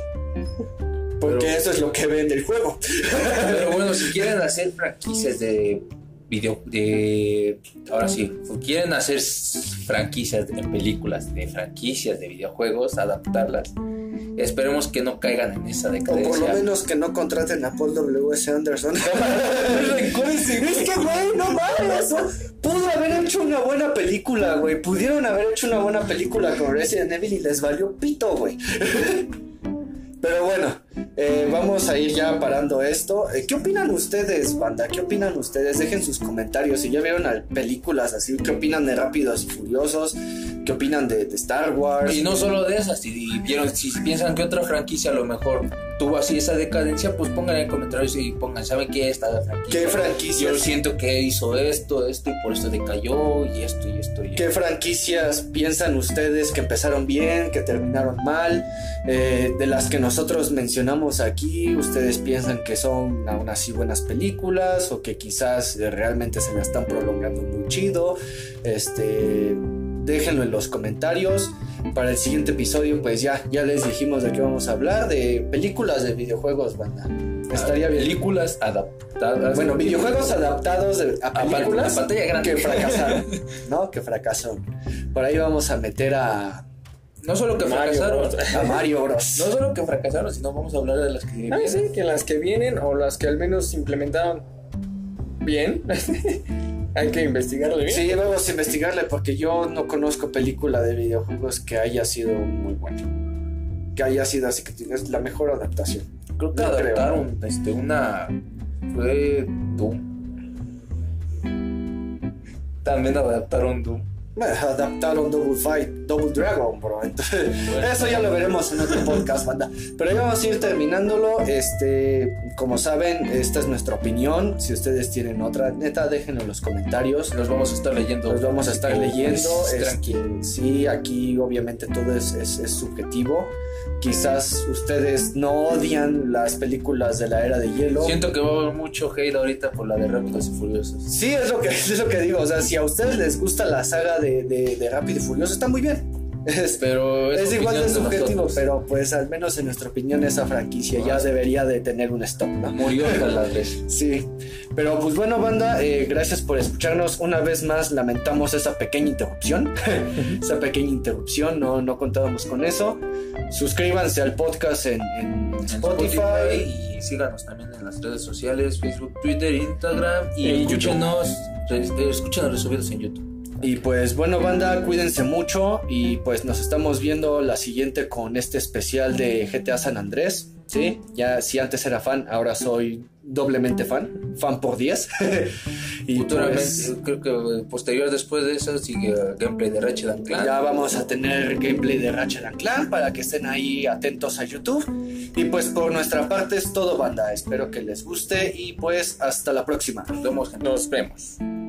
Porque eso es lo que vende el juego. Pero bueno, si quieren hacer franquicias de ahora sí, quieren hacer franquicias en películas, de franquicias de videojuegos, adaptarlas. Esperemos que no caigan en esa decadencia. O por lo menos que no contraten a Paul W.S. Anderson. Es que, güey, no mames. Pudo haber hecho una buena película, güey. Pudieron haber hecho una buena película con Resident Evil y les valió pito, güey. Pero bueno, vamos a ir ya parando esto. ¿Qué opinan ustedes, banda? ¿Qué opinan ustedes? Dejen sus comentarios. Si ya vieron películas así, ¿qué opinan de Rápidos y Furiosos? ¿Qué opinan de Star Wars? Y no solo de esas, si piensan que otra franquicia a lo mejor tuvo así esa decadencia, pues pongan en comentarios y pongan, ¿saben qué? Esta franquicia. ¿Qué franquicias? Yo siento que hizo esto y por eso decayó y esto. ¿Qué franquicias piensan ustedes que empezaron bien, que terminaron mal? De las que nosotros mencionamos aquí, ¿ustedes piensan que son aún así buenas películas o que quizás realmente se la están prolongando muy chido? Déjenlo en los comentarios. Para el siguiente episodio pues ya les dijimos de qué vamos a hablar, de películas de videojuegos, banda. Estaría bien. Películas adaptadas. Bueno, videojuegos adaptados a películas a pantalla grande. que fracasaron, ¿no? Que fracasaron. Por ahí vamos a meter a... No solo que fracasaron. A Mario Bros. No solo que fracasaron, sino vamos a hablar de las que vienen. Sí, que las que vienen o las que al menos se implementaron bien. Hay que investigarle bien. Sí, vamos a investigarle porque yo no conozco película de videojuegos que haya sido muy buena. Que haya sido así, que es la mejor adaptación. Creo que adaptaron una... Fue Doom. También adaptaron Doom. Adaptaron Double Dragon, bro. Entonces, eso ya lo veremos en otro podcast, banda. Pero ya vamos a ir terminándolo. Como saben, esta es nuestra opinión. Si ustedes tienen otra, neta, déjenlo en los comentarios. Los vamos a estar leyendo. Los vamos a estar leyendo. Tranquilo. Sí, aquí obviamente todo es subjetivo. Quizás ustedes no odian las películas de la era de hielo. Siento que va a haber mucho hate ahorita por la de Rápidos y Furiosos. Sí, es lo que digo. O sea, si a ustedes les gusta la saga de Rápido y Furioso, está muy bien. Pero es igual de subjetivo, nosotros. pero pues al menos en nuestra opinión esa franquicia ya debería de tener un stop, ¿no? Murió hasta las veces. Sí, pero pues bueno, banda, gracias por escucharnos. Una vez más lamentamos esa pequeña interrupción. No contábamos con eso. Suscríbanse al podcast en Spotify y síganos también en las redes sociales, Facebook, Twitter, Instagram y escúchenos resubidos en YouTube. Y pues bueno, banda, cuídense mucho y pues nos estamos viendo la siguiente con este especial de GTA San Andrés, ¿sí? Ya si antes era fan, ahora soy doblemente fan por 10. Y futuramente, pues, creo que posterior después de eso sigue gameplay de Ratchet & Clank. Ya vamos a tener gameplay de Ratchet & Clank para que estén ahí atentos a YouTube. Y pues por nuestra parte es todo, banda. Espero que les guste y pues hasta la próxima. Nos vemos, gente. Nos vemos.